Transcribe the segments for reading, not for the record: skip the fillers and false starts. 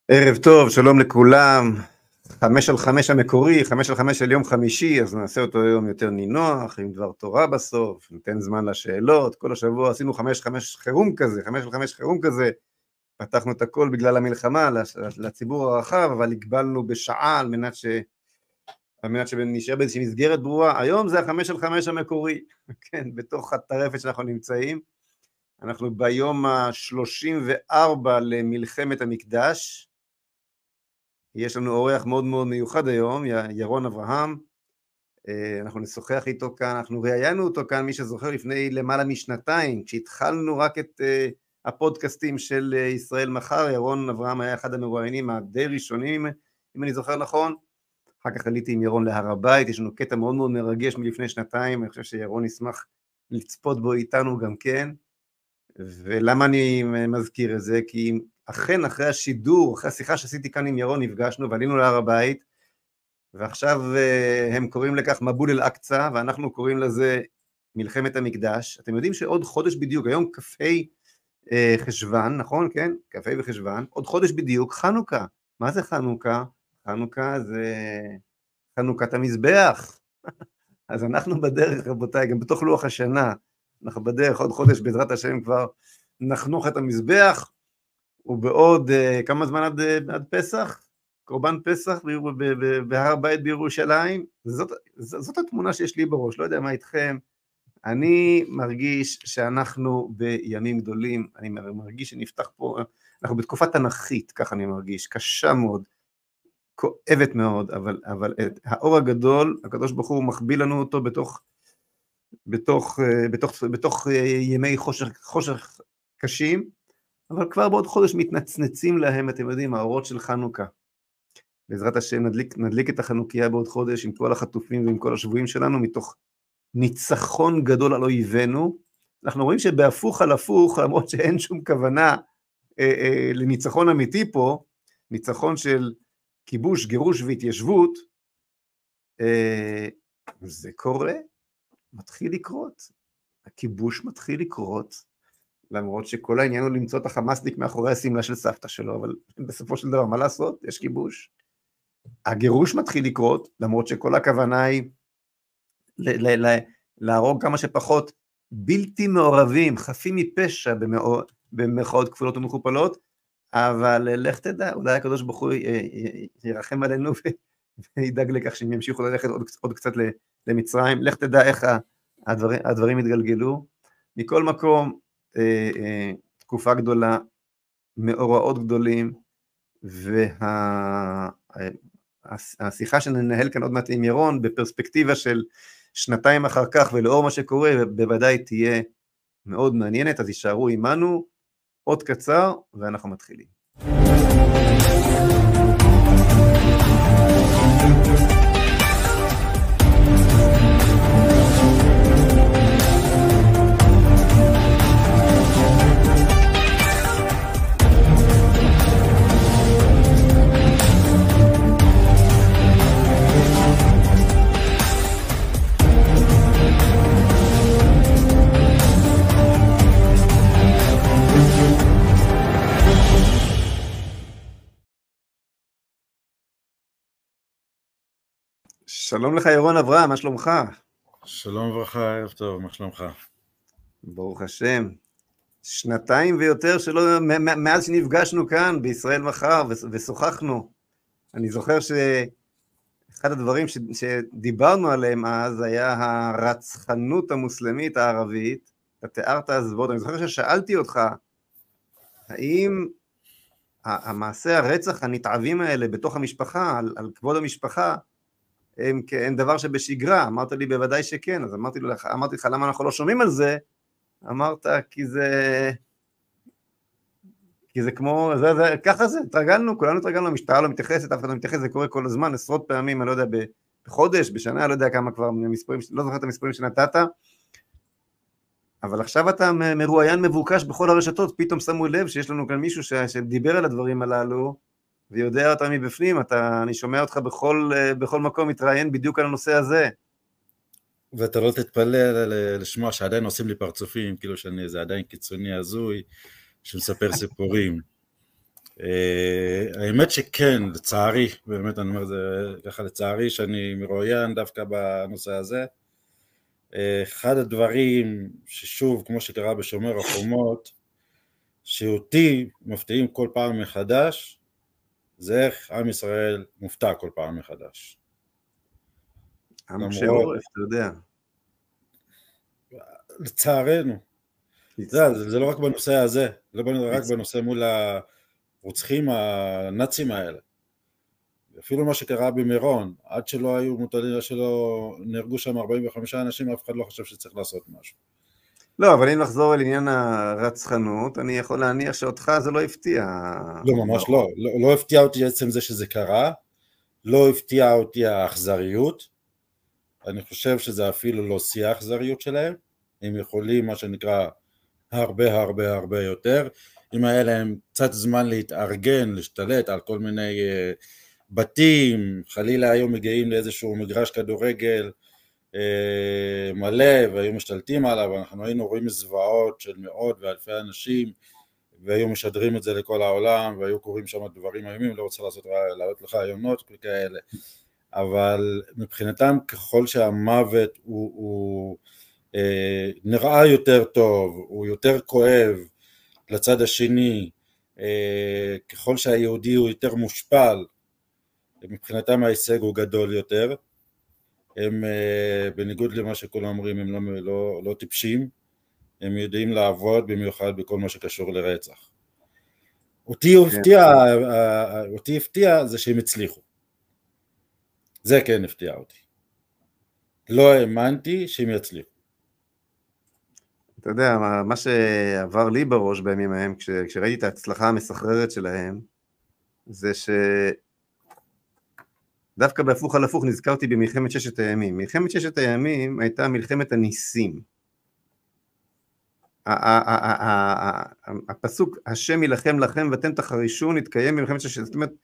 ערב טוב, שלום לכולם. 5 על 5 המקורי, 5 על 5 של יום חמישי, אז נעשה אותו יום יותר נינוח, עם דבר תורה בסוף, ניתן זמן לשאלות. כל השבוע עשינו 5 חירום כזה, 5 על 5 חירום כזה, פתחנו את הכל בגלל המלחמה לציבור הרחב, אבל הגבלנו בשעה על מנת שנשאר באיזושהי מסגרת ברורה. היום זה 5 על 5 המקורי, כן, בתוך הטרפת שאנחנו נמצאים. אנחנו ביום ה-34 למלחמת המקדש. יש לנו אורח מאוד מאוד מיוחד היום, ירון אברהם. אנחנו נשוחח איתו כאן, אנחנו ראיינו אותו כאן, מי שזוכר, לפני למעלה משנתיים, כשהתחלנו רק את הפודקאסטים של ישראל מחר. ירון אברהם היה אחד המרואיינים הדי ראשונים, אם אני זוכר נכון. אחר כך עליתי עם ירון להר הבית, יש לנו קטע מאוד מאוד מרגש מלפני שנתיים, אני חושב שירון ישמח לצפות בו איתנו גם כן. ולמה אני מזכיר את זה? כי אכן אחרי השידור, אחרי השיחה שעשיתי כאן עם ירון, נפגשנו ועלינו להר הבית, ועכשיו הם קוראים לכך מבול אל-אקצא, ואנחנו קוראים לזה מלחמת המקדש. אתם יודעים שעוד חודש בדיוק, היום כ"ה חשוון, נכון? כן? כ"ה בחשוון, עוד חודש בדיוק, חנוכה. מה זה חנוכה? חנוכה זה חנוכת המזבח. אז אנחנו בדרך, רבותיי, גם בתוך לוח השנה, אנחנו בדרך, עוד חודש בעזרת השם כבר נחנוך את המזבח, ובעוד כמה זמן עד פסח, קורבן פסח בהר הבית בירושלים. זאת התמונה שיש לי בראש, לא יודע מה איתכם. אני מרגיש שאנחנו בימים גדולים, אני מרגיש שנפתח פה, אנחנו בתקופה תנכית, ככה אני מרגיש, קשה מאוד, כואבת מאוד, אבל האור הגדול, הקדוש ברוך הוא מחביא לנו אותו בתוך ימי חושך קשים, אבל כבר בעוד חודש מתנצנצים להם, אתם יודעים, האורות של חנוכה. בעזרת השם נדליק את החנוכיה בעוד חודש עם כל החטופים ועם כל השבויים שלנו, מתוך ניצחון גדול על אויבינו. אנחנו רואים שבהפוך על הפוך, למרות שאין שום כוונה לניצחון אמיתי פה, ניצחון של כיבוש, גירוש והתיישבות, זה קורה, מתחיל לקרות. הכיבוש מתחיל לקרות, למרות שכל העניין הוא למצוא את החמאסניק מאחורי הסמלה של סבתא שלו, אבל בסופו של דבר, מה לעשות? יש כיבוש. הגירוש מתחיל לקרות, למרות שכל הכוונה היא להרוג כמה שפחות בלתי מעורבים, חפים מפשע במרכאות כפולות ומכופלות, אבל לך תדע, אולי הקדוש ברוך הוא ירחם עלינו וידאג לכך שהם ימשיכו ללכת עוד קצת למצרים. לך תדע איך הדברים התגלגלו. מכל מקום, תקופה גדולה, מאורעות גדולים, והשיחה שננהל כאן עוד מעט עם ירון, בפרספקטיבה של שנתיים אחר כך, ולאור מה שקורה, בוודאי תהיה מאוד מעניינת, אז יישארו עמנו, עוד קצר, ואנחנו מתחילים. שלום לך ירון אברהם, מה שלומך? שלום וברכה, ערב טוב, מה שלומך? ברוך השם. שנתיים ויותר מאז שנפגשנו כאן בישראל מחר ושוחחנו. אני זוכר שאחד הדברים שדיברנו עליהם אז היה הרצחנות המוסלמית הערבית. אתה תיארת אז ועוד, אני זוכר ששאלתי אותך, האם המעשה הרצח הנתעבים האלה בתוך המשפחה, על כבוד המשפחה, הם דבר שבשגרה? אמרת לי בוודאי שכן, אז אמרתי לך למה אנחנו לא שומעים על זה, אמרת כי זה כמו, ככה זה, כולנו התרגלנו, המשטרה לא מתייחסת, אף אחד לא מתייחס, זה קורה כל הזמן, עשרות פעמים, אני לא יודע, בחודש, בשנה, אני לא יודע כמה כבר מספרים, לא זוכר את המספרים שנתת, אבל עכשיו אתה מרואיין מבוקש בכל הרשתות, פתאום שמו לב שיש לנו כאן מישהו שדיבר על הדברים הללו, ויודע אותה מבפנים, אני שומע אותך בכל מקום מתראיין בדיוק על הנושא הזה. ואתה לא תתפלא לשמוע שעדיין עושים לי פרצופים, כאילו שזה עדיין קיצוני הזוי, שמספר סיפורים. האמת שכן, לצערי, באמת אני אומר זה ככה לצערי, שאני מרואיין דווקא בנושא הזה. אחד הדברים ששוב, כמו שקרה בשומר החומות, שאותי מפתיעים כל פעם מחדש, זה איך עם ישראל מופתע כל פעם מחדש. עם קשה עורף, אתה יודע. לצערנו. זה לא רק בנושא הזה, לא רק בנושא מול הרוצחים הנאצים האלה. אפילו מה שקרה במירון, עד שלא היו מוטלים, עד שלא נהרגו שם 45 אנשים, אף אחד לא חושב שצריך לעשות משהו. לא, אבל אם נחזור על עניין הרצחנות, אני יכול להניח שאותך זה לא הפתיע. לא, ממש לא. לא הפתיע אותי עצם זה שזה קרה, לא הפתיע אותי האכזריות, אני חושב שזה אפילו לא שיא האכזריות שלהם, הם יכולים מה שנקרא הרבה הרבה הרבה יותר, אם היה להם קצת זמן להתארגן, להשתלט על כל מיני בתים, חלילה היו מגיעים לאיזשהו מגרש כדורגל מלא והיו משתלטים עליו, אנחנו היינו רואים זוועות של מאות ואלפי אנשים והיו משדרים את זה לכל העולם והיו קוראים שם דברים איומים, לא רוצה לעלות לך עיונות כאלה, אבל מבחינתם ככל שהמוות הוא נראה יותר טוב, הוא יותר כואב לצד השני, ככל שהיהודי הוא יותר מושפל, מבחינתם ההישג הוא גדול יותר, הם בניגוד למה שכולם אומרים, הם לא טיפשים, הם יודעים לעבוד במיוחד בכל מה שקשור לרצח. אותי הפתיע זה שהם הצליחו, זה כן הפתיע אותי, לא האמנתי שהם יצליחו. אתה יודע, מה שעבר לי בראש בימים ההם, כשראיתי את ההצלחה המסחררת שלהם, זה שדווקא בהפוך על הפוך נזכרתי במלחמת ששת הימים. מלחמת ששת הימים הייתה מלחמת הניסים. הפסוק, השם ילחם לכם ואתם תחרישון, התקיים במלחמת ששת, זאת אומרת,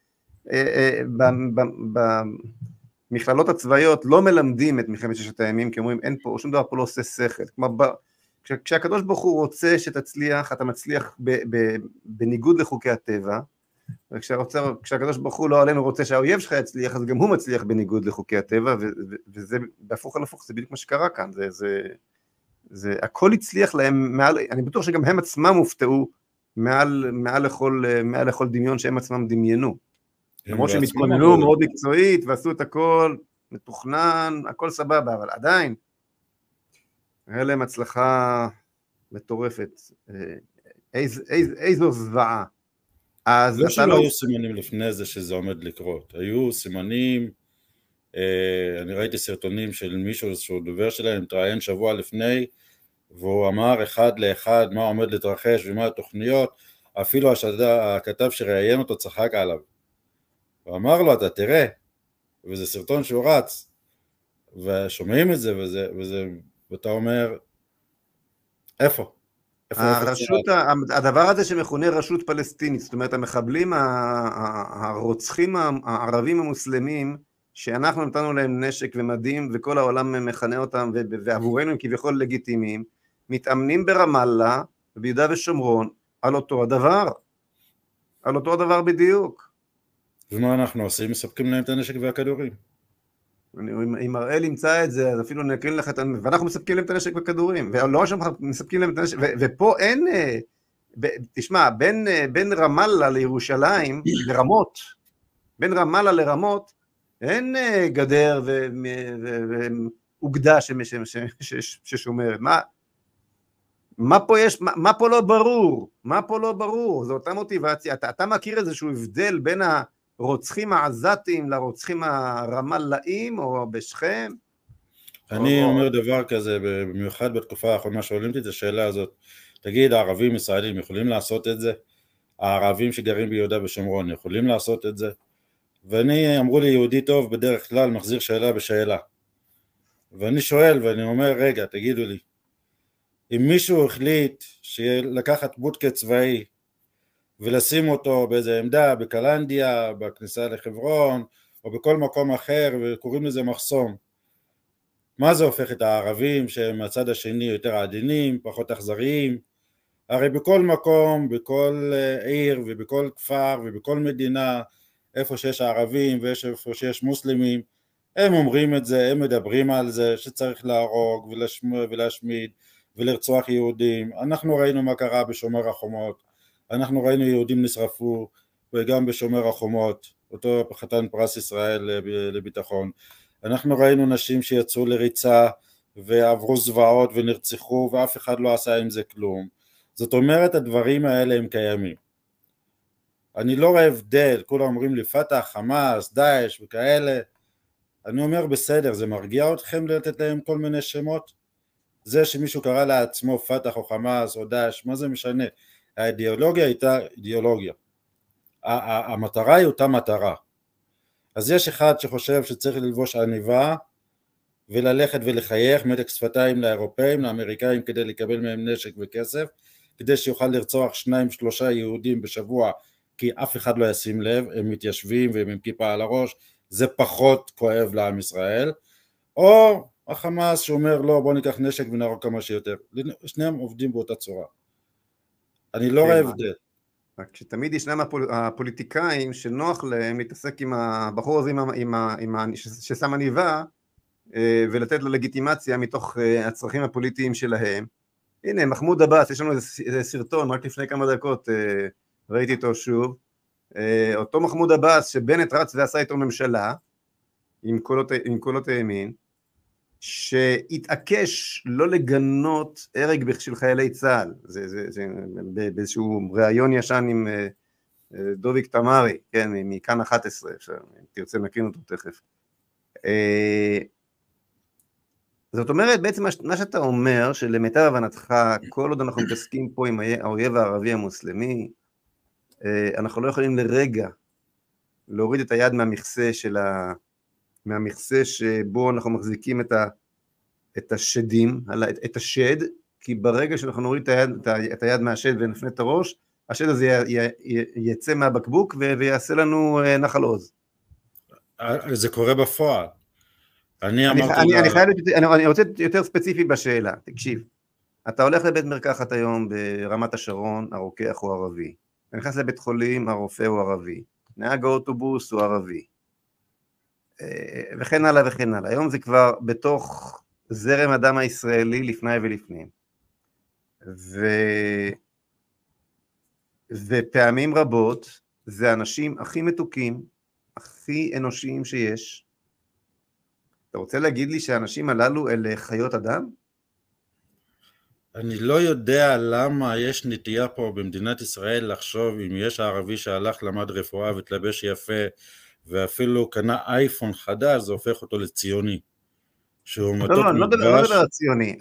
במכללות הצבאיות לא מלמדים את מלחמת ששת הימים, כי אומרים, אין פה, שום דבר פה לא עושה שכל. כלומר, כשהקדוש ברוך הוא רוצה שתצליח, אתה מצליח בניגוד לחוקי הטבע, וכשהקדוש ברוך הוא לא עלינו רוצה שהאויב שלך יצליח, אז גם הוא מצליח בניגוד לחוקי הטבע, וזה בהפוך על הפוך, זה בדיוק מה שקרה כאן, זה הכל הצליח להם, אני בטוח שגם הם עצמם הופתעו, מעל לכל דמיון שהם עצמם דמיינו, למרות שהם התכוננו מאוד מקצועית, ועשו את הכל מתוכנן, הכל סבבה, אבל עדיין, היה להם הצלחה מטורפת, איזו זוועה. לא שלא היו סימנים לפני זה שזה עומד לקרות, היו סימנים, אני ראיתי סרטונים של מישהו שהוא דובר שלהם, התראיין שבוע לפני, והוא אמר אחד לאחד מה עומד להתרחש ומה התוכניות, אפילו הכתב שראיין אותו צחק עליו, הוא אמר לו אתה תראה, וזה סרטון שהוא רץ, ושומעים את זה ואתה אומר, איפה? הדבר הזה שמכונה רשות פלסטינית, זאת אומרת המחבלים הרוצחים הערבים המוסלמים, שאנחנו נתנו להם נשק ומדים וכל העולם מכנה אותם ועבורנו הם כביכול לגיטימיים, מתאמנים ברמאללה וביהודה ושומרון על אותו הדבר בדיוק. ומה אנחנו עושים? מספקים להם את הנשק והכדורים. אם הראל ימצא את זה, אז אפילו נקרין לך, ואנחנו מספקים להם את הנשק וכדורים, ולא שאנחנו מספקים להם את הנשק, ופה אין, תשמע, בין רמאללה לירושלים, לרמות, בין רמאללה לרמות, אין גדר ואוגדה ששומרת, מה פה לא ברור, זו אותה מוטיבציה, אתה מכיר איזשהו הבדל בין רוצחים העזתים לרוצחים הרמאללאים או בשכם? אני אומר דבר כזה, במיוחד בתקופה האחרונה שואלים אותי את השאלה הזאת, תגיד הערבים ישראלים יכולים לעשות את זה? הערבים שגרים ביהודה ושומרון יכולים לעשות את זה? ואני אמרו לי יהודי טוב בדרך כלל מחזיר שאלה בשאלה, ואני שואל ואני אומר רגע תגידו לי, אם מישהו החליט לקחת בודקה צבאי ולשים אותו באיזה עמדה, בקלנדיה, בכניסה לחברון, או בכל מקום אחר, וקוראים לזה מחסום, מה זה הופך את הערבים שהם מהצד השני יותר עדינים, פחות אכזריים? הרי בכל מקום, בכל עיר ובכל כפר ובכל מדינה, איפה שיש ערבים ואיפה שיש מוסלמים, הם אומרים את זה, הם מדברים על זה שצריך להרוג ולהשמיד ולרצוח יהודים. אנחנו ראינו מה קרה בשומר החומות, אנחנו ראינו יהודים נשרפו וגם בשומר החומות, אותו חתן פרס ישראל לביטחון. אנחנו ראינו נשים שיצאו לריצה ועברו זוועות ונרצחו ואף אחד לא עשה עם זה כלום. זאת אומרת הדברים האלה הם קיימים. אני לא רואה הבדל, כולם אומרים לי פתח, חמאס, דאעש וכאלה. אני אומר בסדר, זה מרגיע אתכם לתת להם כל מיני שמות? זה שמישהו קרא לעצמו פתח או חמאס או דאעש, מה זה משנה? האידיאולוגיה הייתה אידיאולוגיה. המטרה היא אותה מטרה. אז יש אחד שחושב שצריך ללבוש עניבה וללכת ולחייך מתק שפתיים לאירופאים, לאמריקאים כדי לקבל מהם נשק וכסף, כדי שיוכל לרצוח 2-3 יהודים בשבוע, כי אף אחד לא ישים לב, הם מתיישבים והם עם כיפה על הראש, זה פחות כואב לעם ישראל, או החמאס שאומר לא בוא ניקח נשק ונהרוג כמה שיותר, שניהם עובדים באותה צורה. אני לא רואה הבדל. רק שתמיד ישנם הפוליטיקאים שנוח להם להתעסק עם הבחור הזה ששם עניבה, ולתת לו לגיטימציה מתוך הצרכים הפוליטיים שלהם. הנה מחמוד עבאס, יש לנו איזה סרטון רק לפני כמה דקות, ראיתי אותו שוב, אותו מחמוד עבאס שבנט רץ ועשה איתו ממשלה עם קולות הימין, שהתעקש לא לגנות הרג של חיילי צה"ל. זה באיזשהו ראיון ישן עם דוביק תמרי, כן, מכאן 11, אם תרצה נקרין אותו תכף. זאת אומרת, בעצם מה שאתה אומר, שלמיטב הבנתך, כל עוד אנחנו מתעסקים פה עם האויב הערבי המוסלמי, אנחנו לא יכולים לרגע להוריד את היד מהמכסה שבו אנחנו מחזיקים את השדים, את השד, כי ברגע שאנחנו נוריד את היד מהשד ונפנה את הראש, השד הזה יצא מהבקבוק ויעשה לנו נחל עוז. זה קורה בפועל. אני רוצה יותר ספציפי בשאלה, תקשיב, אתה הולך לבית מרקחת היום ברמת השרון, הרוקח הוא ערבי, אתה נכנס לבית חולים, הרופא הוא ערבי, נהג האוטובוס הוא ערבי, וכן הלאה וכן הלאה. היום זה כבר בתוך זרם הדם הישראלי לפני ולפנים, ופעמים רבות זה האנשים הכי מתוקים, הכי אנושיים שיש. אתה רוצה להגיד לי שהאנשים הללו אלה חיות אדם? אני לא יודע למה יש נטייה פה במדינת ישראל לחשוב אם יש ערבי שהלך למד רפואה והתלבש יפה ואפילו קנה אייפון חדש, זה הופך אותו לציוני. לא, אני לא מדבר על ציוני.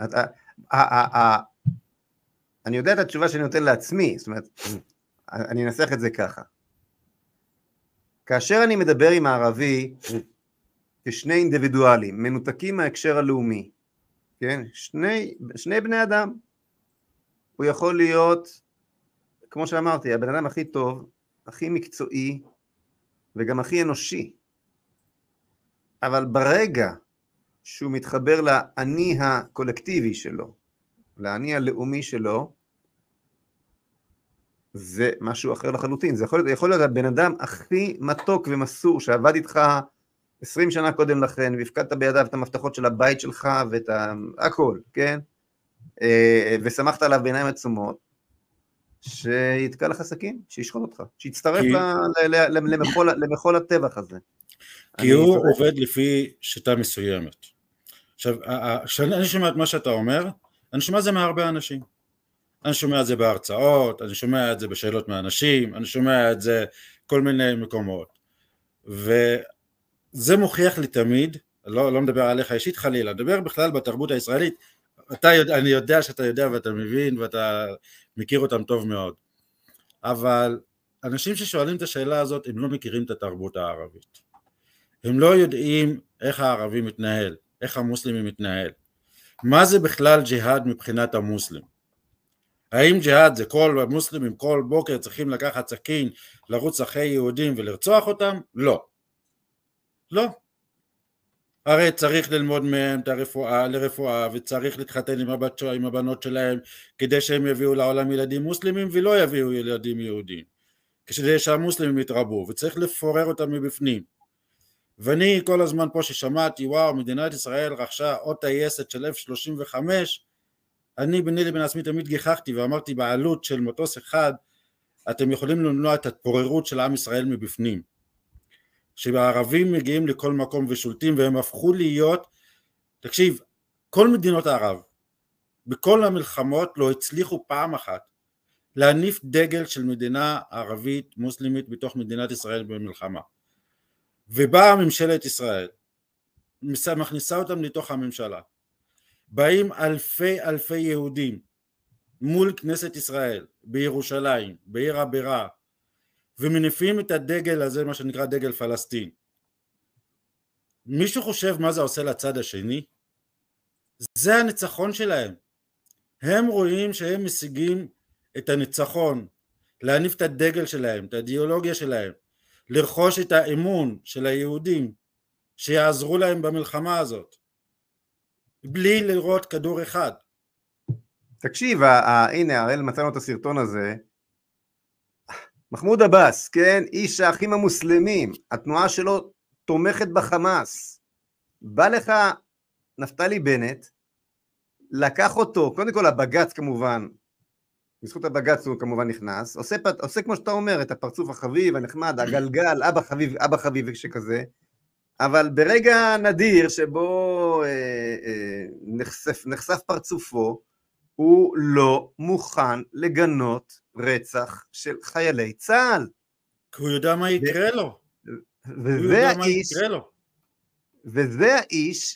אני יודע את התשובה שאני נותן לעצמי, זאת אומרת, אני אנסח את זה ככה. כאשר אני מדבר עם הערבי, כשני אינדיבידואלים, מנותקים מההקשר הלאומי, כן? שני בני אדם. הוא יכול להיות, כמו שאמרתי, הבן אדם הכי טוב, הכי מקצועי, וגם הכי אנושי. אבל ברגע שהוא מתחבר לאני הקולקטיבי שלו, לאני הלאומי שלו, זה משהו אחר לחלוטין. זה יכול להיות הבן אדם הכי מתוק ומסור, שעבד איתך 20 שנה קודם לכן, והפקדת בידיו את המפתחות של הבית שלך, ואת הכל, כן? ושמחת עליו בעיניים עצומות, שיתקע לך סכין, שישחוט אותך, שיצטרף למחול הטבח הזה. כי הוא עובד לפי שיטה מסוימת. עכשיו, כשאני שומע את מה שאתה אומר, אני שומע את זה מהרבה אנשים. אני שומע את זה בהרצאות, אני שומע את זה בשאלות מאנשים, אני שומע את זה כל מיני מקומות. וזה מוכיח לי תמיד, לא מדבר עליך אישית חלילה, מדבר בכלל בתרבות הישראלית, אני יודע שאתה יודע ואתה מבין ואתה מכיר אותם טוב מאוד. אבל אנשים ששואלים את השאלה הזאת, הם לא מכירים את התרבות הערבית. הם לא יודעים איך הערבי מתנהל, איך המוסלמי מתנהל. מה זה בכלל ג'יהאד מבחינת המוסלם? האם ג'יהאד זה כל המוסלמים כל בוקר צריכים לקחת סכין, לרוץ אחרי יהודים ולרצוח אותם? לא. לא. הרי צריך ללמוד מהם את לרפואה, וצריך להתחתן עם הבנות שלהם, כדי שהם יביאו לעולם ילדים מוסלמים, ולא יביאו ילדים יהודים, כדי שהמוסלמים יתרבו, וצריך לפורר אותם מבפנים. ואני כל הזמן פה ששמעתי, וואו, מדינת ישראל רכשה עוד טייסת של F-35, אני ביני לבין עצמי תמיד גיחכתי ואמרתי, בעלות של מטוס אחד אתם יכולים למנוע את התפוררות של עם ישראל מבפנים, שהערבים מגיעים לכל מקום ושולטים, והם הפכו להיות, תקשיב, כל מדינות הערב בכל המלחמות לא הצליחו פעם אחת להניף דגל של מדינה ערבית מוסלמית בתוך מדינת ישראל במלחמה, ובאה ממשלת ישראל מכניסה אותם לתוך הממשלה, באים אלפי יהודים מול כנסת ישראל בירושלים, בעיר הבירה, ומניפים את הדגל הזה, מה שנקרא דגל פלסטין. מישהו חושב מה זה עושה לצד השני? זה הניצחון שלהם. הם רואים שהם משיגים את הניצחון, להניף את הדגל שלהם, את האידיאולוגיה שלהם, לרכוש את האמון של היהודים שיעזרו להם במלחמה הזאת, בלי לראות כדור אחד. תקשיב, הנה, הראל מצאנו את הסרטון הזה, מחמוד עבאס, כן, איש האחים המוסלמים, התנועה שלו תומכת בחמאס, בא לך נפתלי בנט, לקח אותו, קודם כל הבגץ כמובן, בזכות הבגץ הוא כמובן נכנס, עושה כמו שאתה אומר, את הפרצוף החביב, הנחמד, הגלגל, אבא חביב שכזה, אבל ברגע נדיר שבו נחשף פרצופו, הוא לא מוכן לגנות רצח של חיילי צה"ל. כי הוא יודע מה יקרה לו. וזה האיש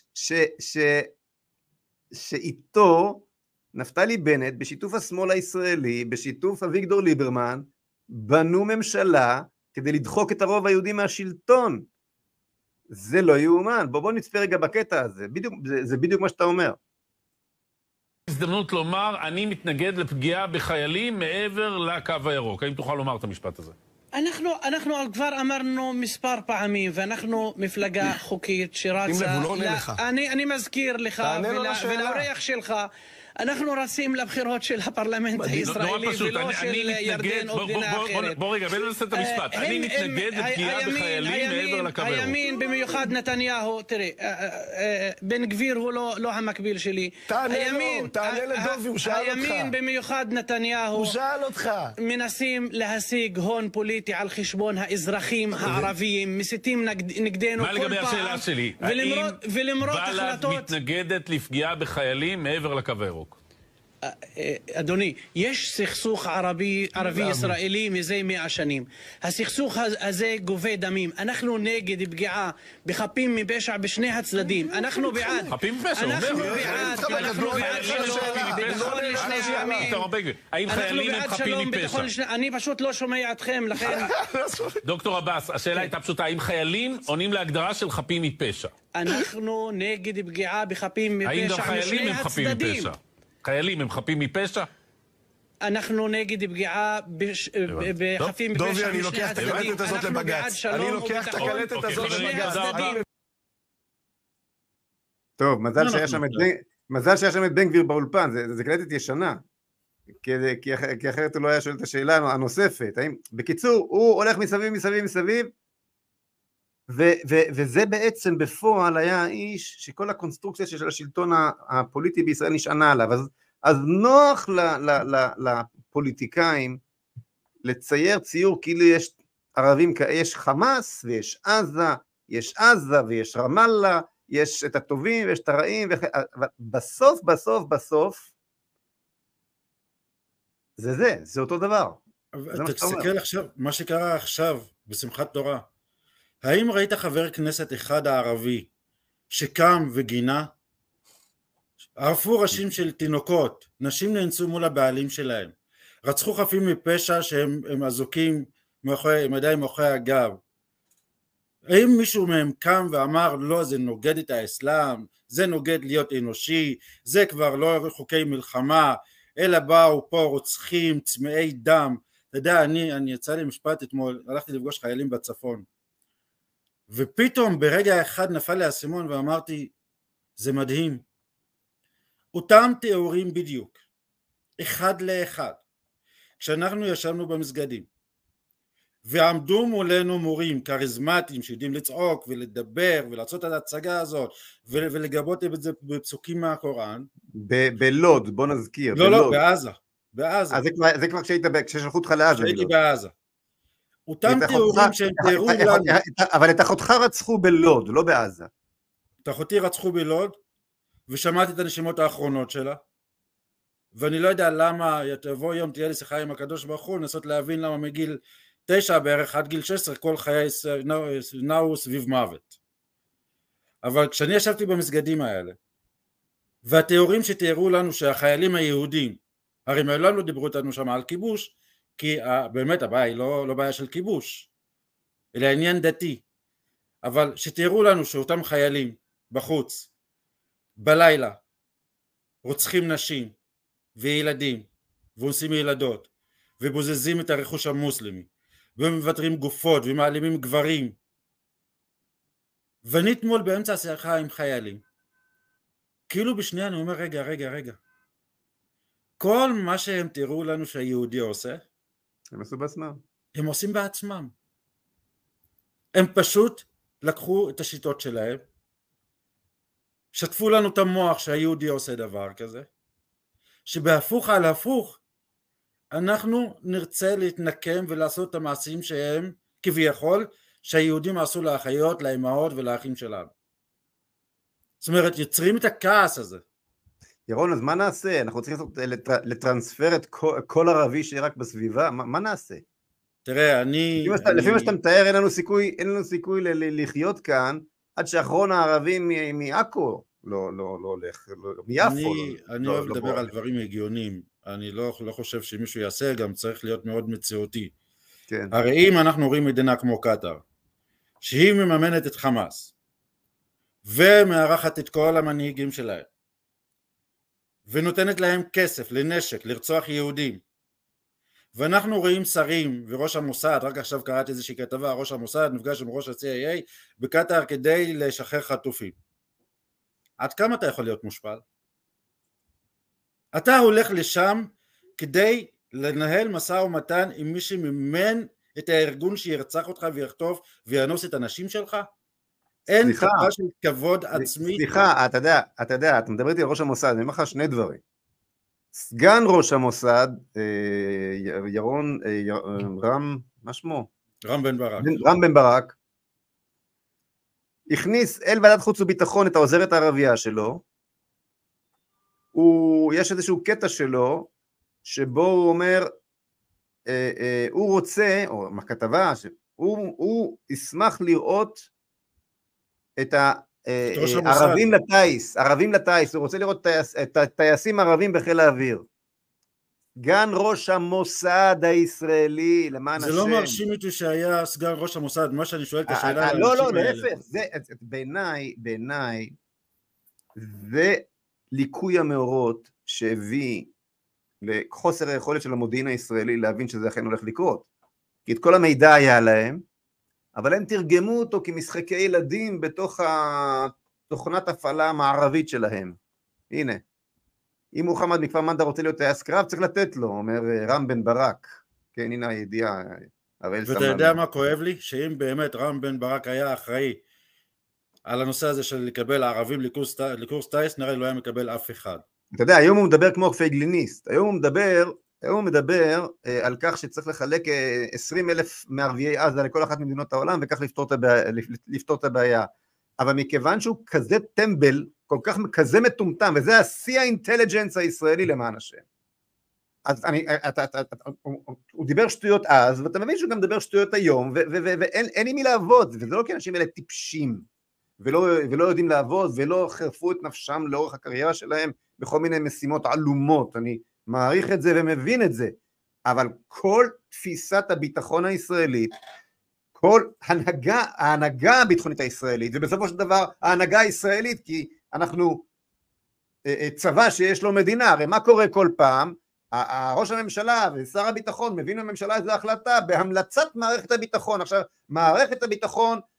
שאיתו נפתלי בנט, בשיתוף השמאל הישראלי, בשיתוף אביגדור ליברמן, בנו ממשלה כדי לדחוק את הרוב היהודי מהשלטון. זה לא יאומן. בוא נצפה רגע בקטע הזה. זה בדיוק מה שאתה אומר. הזדמנות לומר, אני מתנגד לפגיעה בחיילים מעבר לקו הירוק. האם תוכל לומר את המשפט הזה? אנחנו כבר אמרנו מספר פעמים, ואנחנו מפלגה חוקית שרצה... אני מזכיר לך ולאורח שלך, אנחנו רצים לבחירות של הפרלמנט הישראלי ולא של ירדן או מדינה אחרת. בוא רגע, בוא נעשה את המשפט. אני מתנגד לפגיעה בחיילים מעבר לקו הירוק. הימין, במיוחד נתניהו, תראה, בן גביר הוא לא המקביל שלי. תענה לדובי, הוא שאל אותך. הימין, במיוחד נתניהו, הוא שאל אותך. מנסים להשיג הון פוליטי על חשבון האזרחים הערביים, מסיתים נגדנו כל פעם. מה לגבי השאלה שלי? האם בל"ד מתנגדת לפגיעה בחיילים מעבר לקו הירוק? אדוני, יש סכסוך ערבי-ישראלי מזה 100 שנים. הסכסוך הזה גובה דמים. אנחנו נגד פגיעה בחפים מפשע בשני הצדדים. אנחנו בעד. חפים מפשע, אנחנו בעד שלום וביטחון לשני העמים. האם חיילים הם חפים מפשע? אני פשוט לא שומע אתכם, לכן... דוקטור עבאס, השאלה הייתה פשוטה, האם חיילים עונים להגדרה של חפים מפשע? אנחנו נגד פגיעה בחפים מפשע האם גם חיילים הם חפים מפשע? חיילים הם חפים מפשע? אנחנו נגד פגיעה בחפים מפשע. דובי, אני לוקח את הקלטת הזאת לבג"ץ. אני לוקח את הקלטת הזאת לבג"ץ. טוב, מזל שהיה שם את בן גביר באולפן, זה קלטת ישנה, כי אחרת הוא לא היה שואל את השאלה הנוספת. בקיצור, הוא הולך מסביב, וזה בעצם בפועל היה האיש שכל הקונסטרוקציה של השלטון הפוליטי בישראל נשענה עליו. אז נוח לפוליטיקאים לצייר ציור כאילו יש ערבים, יש חמאס ויש עזה ויש רמאללה, יש את הטובים ויש את הרעים, אבל בסוף זה אותו דבר. תסתכל עכשיו, מה שקרה עכשיו בשמחת תורה, האם ראית חבר כנסת אחד הערבי שקם וגינה? ערפו ראשים של תינוקות, נשים נאנסו מול הבעלים שלהם, רצחו חפים מפשע שהם אזוקים עם ידיים מאחורי הגב. האם מישהו מהם קם ואמר לא, זה נוגד את האסלאם, זה נוגד להיות אנושי, זה כבר לא חוקי מלחמה, אלא באו פה רוצחים צמאי דם? אתה יודע, אני יצא לי משפט אתמול, הלכתי לפגוש חיילים בצפון, ופתאום ברגע אחד נפל לי האסימון ואמרתי, זה מדהים. אותם תיאורים בדיוק, אחד לאחד. כשאנחנו ישבנו במסגדים, ועמדו מולנו מורים כריזמטיים שיודעים לצעוק ולדבר ולעשות את ההצגה הזאת ולגבות את זה בפסוקים מהקוראן. בלוד, בוא נזכיר. לא, בעזה. זה כבר כששלחו אותך לעזה. כשהייתי בעזה. אותם תיאורים שהם תיארו לנו. אבל את אחותך רצחו בלוד, לא בעזה. את אחותי רצחו בלוד, ושמעתי את הנשימות האחרונות שלה, ואני לא יודע למה, תבוא יום תהיה לי שיחה עם הקדוש ברוך הוא, לנסות להבין למה מגיל 9 בערך עד גיל 16 כל חיי נעו סביב מוות. אבל כשאני ישבתי במסגדים האלה, והתיאורים שתיארו לנו שהחיילים היהודים, הרי מעולם לא דיברו איתנו שם על כיבוש, כי באמת הבעיה היא לא בעיה של כיבוש, אלא עניין דתי, אבל שתיארו לנו שאותם חיילים בחוץ, בלילה, רוצחים נשים וילדים, ואונסים ילדות, ובוזזים את הרכוש המוסלמי, ומוותרים גופות ומעלימים גברים. ואני אתמול באמצע השיחה עם חיילים, כאילו בשנייה אני אומר רגע, כל מה שהם תראו לנו שהיהודי עושה, הם עשו בעצמם. הם עושים בעצמם. הם פשוט לקחו את השיטות שלהם, שטפו לנו את המוח שהיהודי עושה דבר כזה, שבהפוך על הפוך, אנחנו נרצה להתנקם ולעשות את המעשים שהם כביכול שהיהודים עשו לאחיות, לאמהות ולאחים שלנו. זאת אומרת, יוצרים את הכעס הזה. ירון, אז מה נעשה? אנחנו צריכים לטרנספר את כל ערבי שרק בסביבה? מה נעשה? תראה, לפי מה שאתה מתאר, אין לנו סיכוי לחיות כאן, עד שאחרון הערבים מעכו לא הולך, מיפו. אני אוהב לדבר על דברים הגיוניים, אני לא חושב שמישהו יעשה, גם צריך להיות מאוד מציאותי. כן. הרי אם אנחנו רואים מדינה כמו קטר, שהיא מממנת את חמאס, ומארחת את כל המנהיגים שלהם, ונותנת להם כסף לנשק, לרצוח יהודים, ואנחנו רואים שרים וראש המוסד, רק עכשיו קראתי איזושהי כתבה, ראש המוסד נפגש עם ראש ה-CIA בקטר כדי לשחרר חטופים. עד כמה אתה יכול להיות מושפל? אתה הולך לשם כדי לנהל משא ומתן עם מי שמימן את הארגון שירצח אותך ויחטוף ויאנוס את הנשים שלך? אין דבר של כבוד עצמי. סליחה, אתה יודע, אתה מדבר איתי על ראש המוסד, אני אומר לך שני דברים. סגן ראש המוסד, ירון, מה שמו? רם בן ברק. רם בן ברק, הכניס אל ועדת חוץ וביטחון את העוזרת הערבייה שלו, יש איזשהו קטע שלו, שבו הוא אומר, הוא רוצה, או מהכתבה, הוא ישמח לראות את ערבים לטייס, הוא רוצה לראות את הטייסים ערבים בחיל האוויר. סגן ראש המוסד הישראלי, למען השם. זה לא מרשים אותי שהיה סגן ראש המוסד, מה שאני שואל את השאלה. לא, להפך, בעיניי, זה ליקוי המאורות שהביא לחוסר היכולת של המודיעין הישראלי להבין שזה אכן הולך לקרות. כי את כל המידע היה להם, אבל הם תרגמו אותו כמשחקי ילדים בתוך תוכנת הפעלה המערבית שלהם. הנה, אם מוחמד מכפר מנדא רוצה להיות טייס קרב, צריך לתת לו, אומר רם בן ברק. כן, הנה הידיעה. ואתה יודע מה כואב לי? שאם באמת רם בן ברק היה אחראי על הנושא הזה של לקבל ערבים לקורס טייס, נראה לא היה מקבל אף אחד. אתה יודע, היום הוא מדבר כמו פייגליניסט. היום הוא מדבר על כך שצריך לחלק 20,000 מערביי עזה לכל אחת ממדינות העולם, וכך לפתור את הבעיה. אבל מכיוון שהוא כזה טמבל, כזה מטומטם, וזה השיא האינטליג'נס הישראלי למען השם. אז הוא דיבר שטויות אז, ואתה מבין שהוא גם מדבר שטויות היום, ואין עם מי לעבוד, וזה לא כי אנשים האלה טיפשים, ולא יודעים לעבוד, ולא חרפו את נפשם לאורך הקריירה שלהם, בכל מיני משימות עלומות. אני מעריך את זה ומבין את זה, אבל כל תפיסת הביטחון הישראלית, כל ההנהגה הביטחונית הישראלית, ובסופו של דבר ההנהגה הישראלית, כי אנחנו צבא שיש לו מדינה, הרי מה קורה כל פעם? ראש הממשלה ושר הביטחון מבין לממשלה איזו החלטה בהמלצת מערכת הביטחון. עכשיו מערכת הביטחון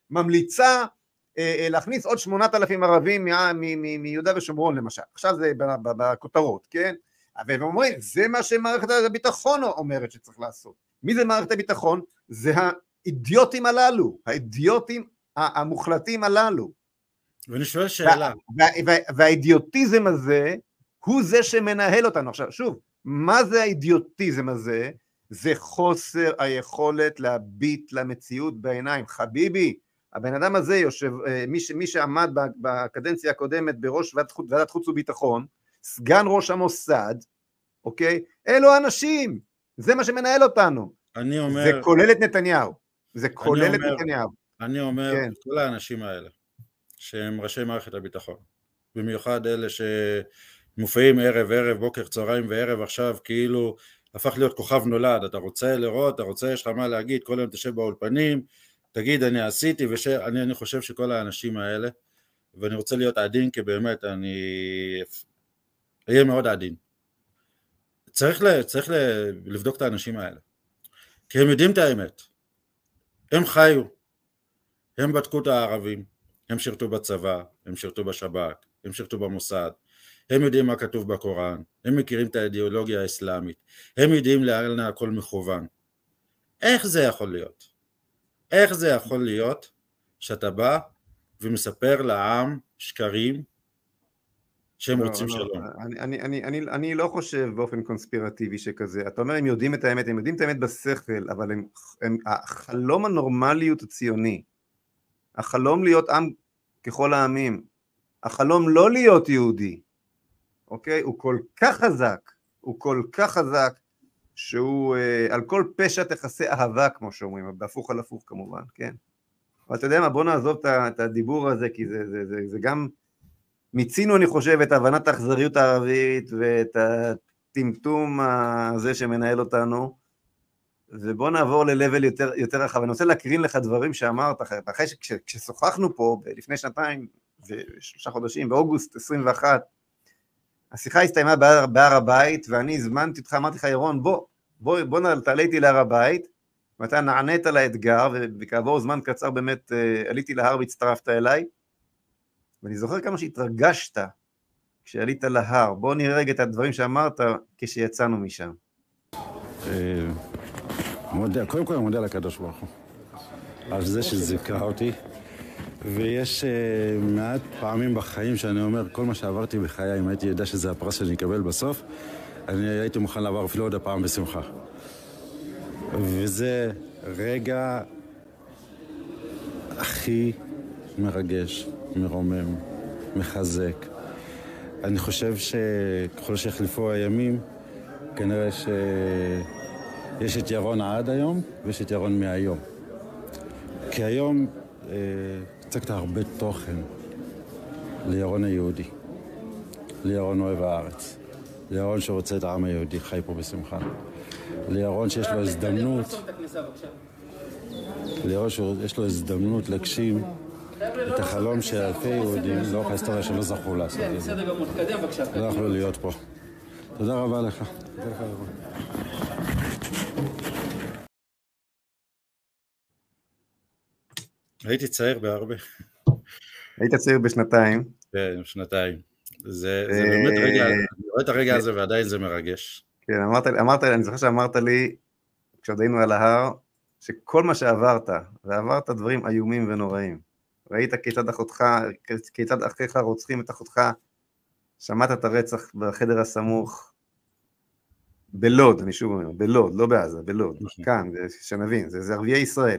ממליצה להכניס עוד 8,000 ערבים מיהודה ושומרון למשל, עכשיו זה בכותרות, כן? ואומרים, זה מה שמערכת הביטחון אומרת שצריך לעשות. מי זה מערכת הביטחון? זה האידיוטים הללו, האידיוטים המוחלטים הללו. ואני שואל שאלה. והאידיוטיזם הזה הוא זה שמנהל אותנו. עכשיו, שוב, מה זה האידיוטיזם הזה? זה חוסר היכולת להביט למציאות בעיניים. חביבי, הבן אדם הזה יושב, מי שעמד בקדנציה הקודמת בראש ועדת חוץ וביטחון, סגן ראש המוסד, אוקיי? אלו האנשים, זה מה שמנהל אותנו. אני אומר... זה כולל את נתניהו. זה כולל את נתניהו. אני אומר, כן. כל האנשים האלה, שהם ראשי מערכת הביטחון, במיוחד אלה שמופיעים ערב, בוקר, צהריים וערב, עכשיו כאילו הפך להיות כוכב נולד, אתה רוצה לראות, אתה רוצה, יש לך מה להגיד, כל היום תשב באולפנים, תגיד אני עשיתי, אני חושב שכל האנשים האלה, ואני רוצה להיות עדין, כי באמת אני אהיה מאוד עדין. צריך לבדוק את האנשים האלה, כי הם יודעים את האמת, הם חיו, הם בדקו את הערבים, הם שירתו בצבא, הם שירתו בשב"כ, הם שירתו במוסד, הם יודעים מה כתוב בקוראן, הם מכירים את האידיאולוגיה האסלאמית, הם יודעים לאן הכל מכוון. איך זה יכול להיות? איך זה יכול להיות שאתה בא ומספר לעם שקרים שהם רוצים שלום? אני לא חושב באופן קונספירטיבי שכזה. אתה אומר הם יודעים את האמת, הם יודעים את האמת בשכל, אבל החלום הנורמליות הציוני, החלום להיות עם ככל העמים, החלום לא להיות יהודי, אוקיי? הוא כל כך חזק, הוא כל כך חזק, שהוא על כל פשע תכסה אהבה, כמו שאומרים, בהפוך על הפוך כמובן, כן? אבל אתה יודע מה, בוא נעזוב את הדיבור הזה, כי זה גם, מיצינו אני חושב את הבנת האכזריות הערבית, ואת הטמטום הזה שמנהל אותנו, ובוא נעבור ללבל יותר רחב. אני רוצה להקרין לך דברים שאמרת, אחרי כששוחחנו פה, לפני 2 ו3 חודשים, באוגוסט 21, השיחה הסתיימה בהר הבית, ואני הזמנתי אותך, אמרתי לך, ירון, בוא תעלה איתי להר הבית, ואתה נענית לאתגר, וכעבור זמן קצר באמת עליתי להר והצטרפת אליי, ואני זוכר כמה שהתרגשת כשעלית להר. בוא נראה רגע את הדברים שאמרת כשיצאנו משם. קודם כל אני מודה לקדוש ברוך הוא, על זה שזיכה אותי, ויש מעט פעמים בחיים שאני אומר, כל מה שעברתי בחיי, אם הייתי יודע שזה הפרס שאני אקבל בסוף, אני הייתי מוכן לעבור אפילו עוד הפעם בשמחה. וזה רגע הכי מרגש, מרומם, מחזק. אני חושב שככל שיחלפו הימים, כנראה שיש את ירון עד היום, ויש את ירון מהיום. כי היום הצגת הרבה תוכן לירון היהודי, לירון אוהב הארץ, לירון שרוצה את העם היהודי, חי פה בשמחה, לירון שיש לו הזדמנות, לירון שיש לו הזדמנות להגשים את החלום של אלפי יהודים לאורך ההיסטוריה שלא זכו לעשות את זה. לא יכלו להיות פה. תודה רבה לך. תודה לך ירון. הייתי צעיר בהרבה. היית צעיר בשנתיים. כן, שנתיים. זה באמת רגע, אני רואה את הרגע הזה ועדיין זה מרגש. כן, אני זוכר שאמרת לי, כשעוד היינו על ההר, שכל מה שעברת, ועברת דברים איומים ונוראים. ראית כיצד אחיך רוצחים את אחותך, שמעת את הרצח בחדר הסמוך, בלוד, אני שוב אומר, בלוד, לא בעזה, בלוד, כאן, שנבין, זה ערביי ישראל.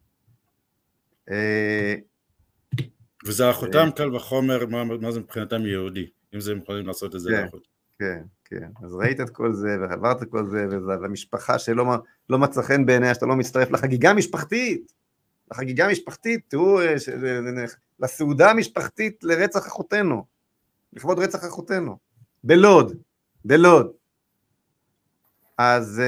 וזה אחותם קל וחומר, מה זה מבחינתם יהודי, אם זה הם יכולים לעשות את זה לאחות. כן, כן, אז ראית את כל זה, ועברת את כל זה, והמשפחה שלא מצא חן בעיניה, שאתה לא מצטרף לחגיגה המשפחתית, תראו, לסעודה המשפחתית לרצח אחותנו, לכבוד רצח אחותנו, בלוד. אז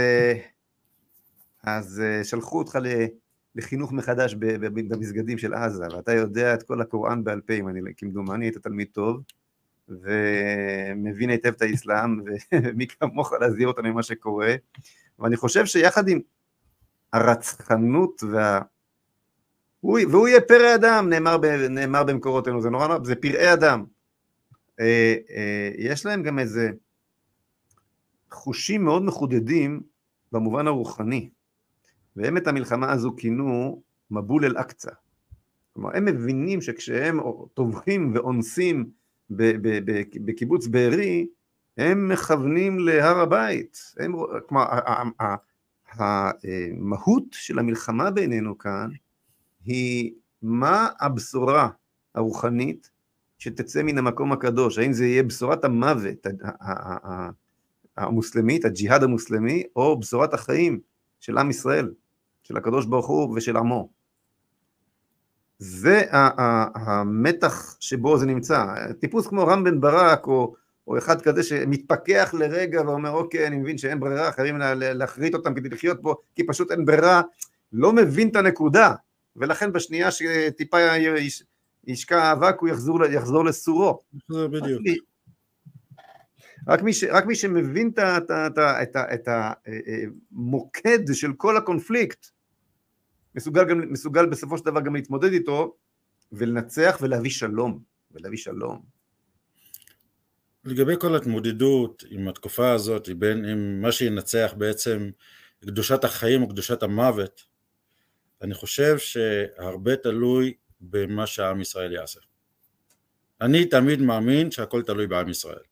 שלחו אותך לחינוך מחדש במסגדים של עזה, ואתה יודע את כל הקוראן בעל פה, כמדומני היית תלמיד טוב, ומבין היטב את האסלאם, ומי כמוך להזהיר אותנו ממה שקורה, ואני חושב שיחד עם הרצחנות והוא יהיה פרא אדם, נאמר במקורותינו, זה נורא נורא, זה פרעי אדם. יש להם גם איזה חושים מאוד מחודדים במובן הרוחני, והם את המלחמה הזו כינו מבול אל אקצה. כלומר, הם מבינים שכשהם טובחים ואונסים בקיבוץ בארי, הם מכוונים להר הבית. כלומר, המהות של המלחמה בינינו כאן, היא מה הבשורה הרוחנית שתצא מן המקום הקדוש. האם זה יהיה בשורת המוות המוסלמית, הג'יהאד המוסלמי, או בשורת החיים של עם ישראל, של הקדוש ברוך הוא ושל עמו. זה המתח שבו זה נמצא. טיפוס כמו רם בן ברק, או אחד כזה שמתפכח לרגע ואומר, אוקיי, אני מבין שאין ברירה, חייבים להחריט אותם כדי לחיות פה, כי פשוט אין ברירה, לא מבין את הנקודה, ולכן בשנייה שטיפה ישקע אבק, הוא יחזור לסורו. זה בדיוק. רק מי שמבין את המוקד של כל הקונפליקט, מסוגל בסופו של דבר גם להתמודד איתו, ולנצח ולהביא שלום, לגבי כל התמודדות עם התקופה הזאת, בין עם מה שינצח בעצם קדושת החיים או קדושת המוות, אני חושב שהרבה תלוי במה שעם ישראל יעשה. אני תמיד מאמין שהכל תלוי בעם ישראל.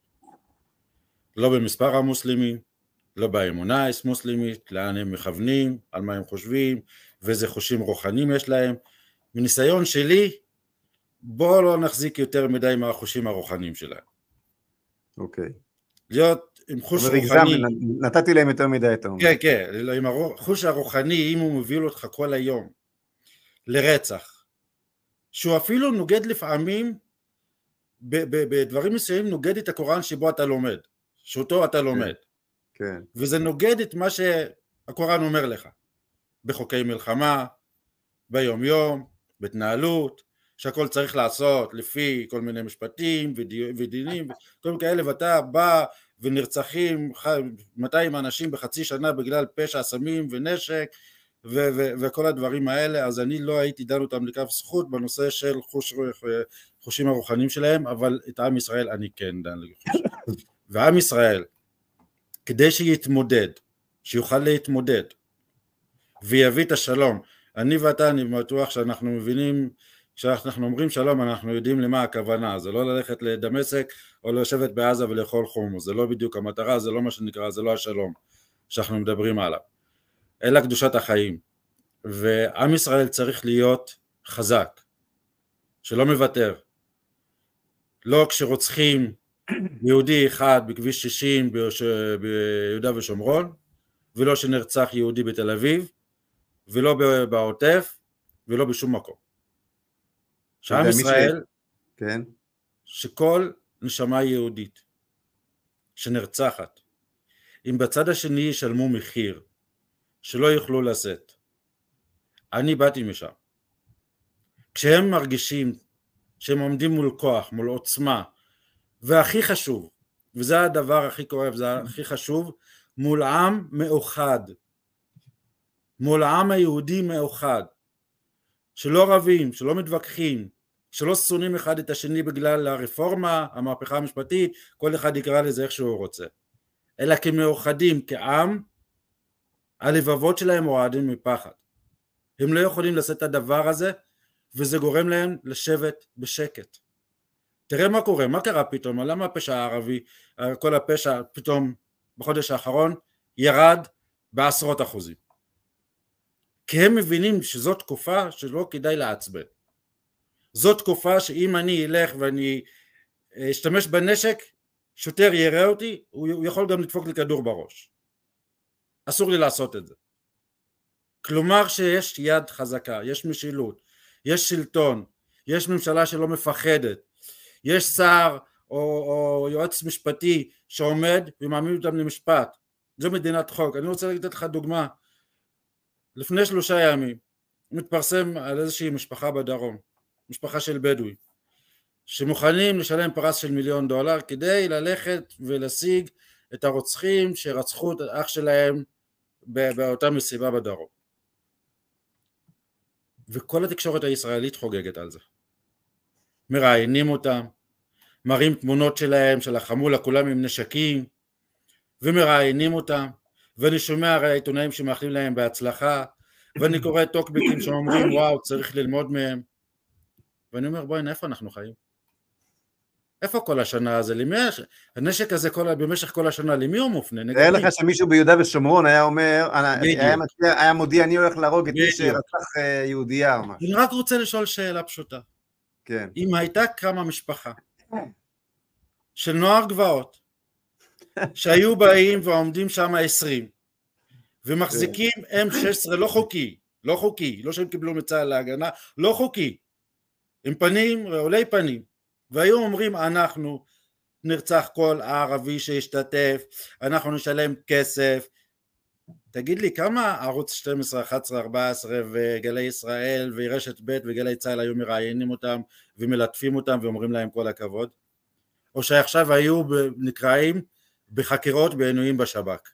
לא במספר המוסלמים, לא באמונה המוסלמית, לאן הם מכוונים, על מה הם חושבים, ואיזה חושים רוחניים יש להם. מניסיון שלי, בואו לא נחזיק יותר מדי מהחושים הרוחניים שלהם. אוקיי. להיות עם חוש רוחני. נתתי להם יותר מדי את העומד. כן, כן, עם החוש הרוחני, אם הוא מוביל אותך כל היום לרצח, שהוא אפילו נוגד לפעמים, בדברים מסוימים נוגד את הקוראן שבו אתה לומד, שאותו אתה לומד. כן. וזה נוגד את מה שהקוראן אומר לך, בחוקי מלחמה, ביום יום, בהתנהלות, שהכל צריך לעשות לפי כל מיני משפטים ודינים וכל מיני כאלה, ואתה בא ונרצחים 200 אנשים בחצי שנה בגלל פשע, סמים ונשק וכל הדברים האלה. אז אני לא הייתי דן אותם לכף זכות בנושא של חושים הרוחניים שלהם, אבל את עם ישראל אני כן דן לחוש. ועם ישראל, כדי שיתמודד, שיוכל להתמודד ויביא את השלום, אני ואתה, אני בטוח שאנחנו מבינים, כשאנחנו אומרים שלום אנחנו יודעים למה הכוונה, זה לא ללכת לדמשק או לשבת בעזה ולאכול חומוס, זה לא בדיוק המטרה, זה לא מה שנקרא, זה לא השלום שאנחנו מדברים עליו, אלא קדושת החיים. ועם ישראל צריך להיות חזק, שלא מוותר, לא כשרוצחים יהודי אחד בכביש 60 ביהודה ושומרון, ולא שנרצח יהודי בתל אביב, ולא בעוטף, ולא בשום מקום. שעם ישראל, כן. שכל נשמה יהודית שנרצחת, אם בצד השני ישלמו מחיר שלא יוכלו לשאת. אני באתי משם. כשהם מרגישים שהם עומדים מול כוח, מול עוצמה, והכי חשוב, וזה הדבר הכי כואב, זה הכי חשוב, מול עם מאוחד, מול העם היהודי מאוחד, שלא רבים, שלא מתווכחים, שלא שונאים אחד את השני בגלל הרפורמה, המהפכה המשפטית, כל אחד יקרא לזה איך שהוא רוצה, אלא כמאוחדים, כעם, הלבבות שלהם רועדים מפחד. הם לא יכולים לשאת את הדבר הזה, וזה גורם להם לשבת בשקט. תראה מה קורה, מה קרה פתאום, למה הפשע הערבי, כל הפשע פתאום בחודש האחרון ירד ב10%. כי הם מבינים שזאת תקופה שלא כדאי לעצבן. זאת תקופה שאם אני אלך ואני אשתמש בנשק, שוטר יראה אותי, הוא יכול גם לדפוק לי כדור בראש. אסור לי לעשות את זה. כלומר שיש יד חזקה, יש משילות, יש שלטון, יש ממשלה שלא מפחדת, יש שר או יועץ משפטי שעומד ומעמיד אותם למשפט. זו מדינת חוק. אני רוצה להגיד לך דוגמה. לפני 3 ימים מתפרסם על איזושהי משפחה בדרום, משפחה של בדואי, שמוכנים לשלם פרס של $1,000,000 כדי ללכת ולהשיג את הרוצחים שרצחו את אח שלהם באותה מסיבה בדרום. וכל התקשורת הישראלית חוגגת על זה. מראיינים אותם, מראים תמונות שלהם, שלחמו לכולם עם נשקים, ומראיינים אותם, ואני שומע הרי העיתונאים שמאחלים להם בהצלחה, ואני קורא טוקבקים שאומרים וואו צריך ללמוד מהם, ואני אומר בואי איפה אנחנו חיים? איפה כל השנה הזה? הנשק הזה במשך כל השנה למי הוא מופנה? תראה לך שמישהו ביהודה ושומרון היה אומר, היה מודיע אני הולך להרוג את מי שרצח יהודייה או משהו. אני רק רוצה לשאול שאלה פשוטה. כן. אם הייתה קמה משפחה של נוער גבעות שהיו באים ועומדים שם 20 ומחזיקים M16 לא חוקי, לא שהם קיבלו מצה"ל להגנה, לא חוקי, עם פנים, רעולי פנים, והיו אומרים אנחנו נרצח כל הערבי שישתתף, אנחנו נשלם כסף, תגיד לי כמה ערוץ 12, 11, 14 וגלי ישראל ורשת ב' וגלי צה"ל היו מראיינים אותם ומלטפים אותם ואומרים להם כל הכבוד? או שעכשיו היו נקראים בחקירות בעינויים בשב"כ?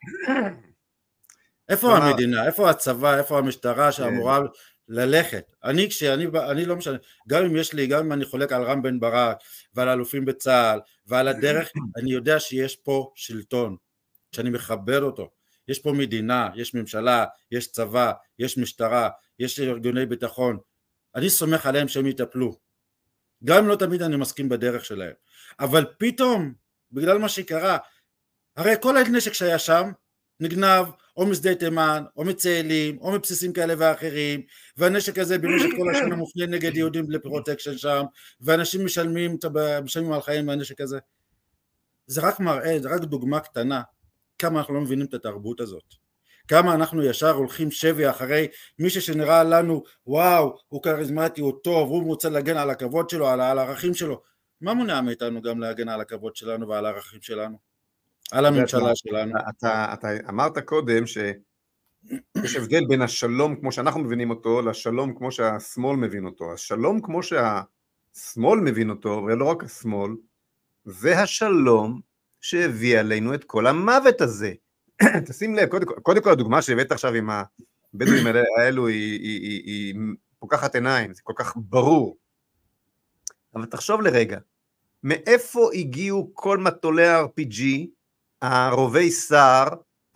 איפה המדינה, איפה הצבא, איפה המשטרה שאמורה ללכת? אני לא משנה, גם אם אני חולק על רם בן ברק ועל אלופים בצה"ל ועל הדרך, אני יודע שיש פה שלטון שאני מכבד אותו, יש פה מדינה, יש ממשלה, יש צבא, יש משטרה, יש ארגוני ביטחון, אני סומך עליהם שהם יטפלו, גם אם לא תמיד אני מסכים בדרך שלהם, אבל פתאום בגלל מה שקרה, הרי כל הנשק שהיה שם נגנב או משדה תימן או מצאלים או מבסיסים כאלה ואחרים, והנשק הזה במשך כל השנה מופנה נגד יהודים לפרוטקשן שם, ואנשים משלמים על חיים מהנשק הזה. זה רק מראה, זה רק דוגמה קטנה כמה אנחנו לא מבינים את התרבות הזאת, כמה אנחנו ישר הולכים שבי אחרי מישהו שנראה לנו וואו הוא כריזמטי, הוא טוב, הוא רוצה להגן על הכבוד שלו, על הערכים שלו. מה מונע מאיתנו גם להגן על הכבוד שלנו ועל הערכים שלנו, על הממשלה שלנו? אתה אמרת קודם שיש הבדל בין השלום כמו שאנחנו מבינים אותו לשלום כמו שהשמאל מבין אותו. השלום כמו שהשמאל מבין אותו, ולא רק השמאל, זה השלום שהביא עלינו את כל המוות הזה. תשים לב, קודם כל הדוגמה שהבאת עכשיו עם הבדואים האלו היא פוקחת עיניים, זה כל כך ברור. אבל תחשוב לרגע, מאיפה הגיעו כל מטולי ה-RPG, הרובי שר,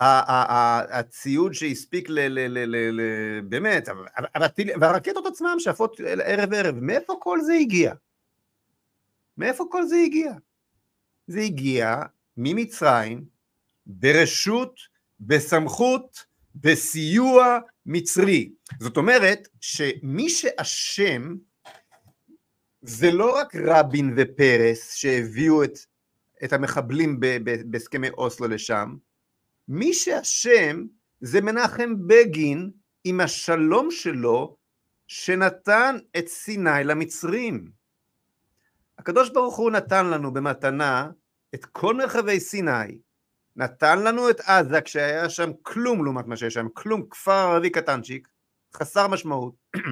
הציוד שהספיק באמת, והרקטות עצמם שאפות ערב ערב, מאיפה כל זה הגיע? מאיפה כל זה הגיע? זה הגיע ממצרים, ברשות, בסמכות, בסיוע מצרי. זאת אומרת שמי שאשם זה לא רק רבין ופרס שהביאו את המחבלים בהסכמי אוסלו לשם, מי שאשם זה מנחם בגין עם השלום שלו שנתן את סיני למצרים. הקדוש ברוך הוא נתן לנו במתנה את כל מרחבי סיני, נתן לנו את עזה כשהיה שם כלום לעומת מה שיש שם, כלום, כפר ערבי קטנצ'יק, חסר משמעות,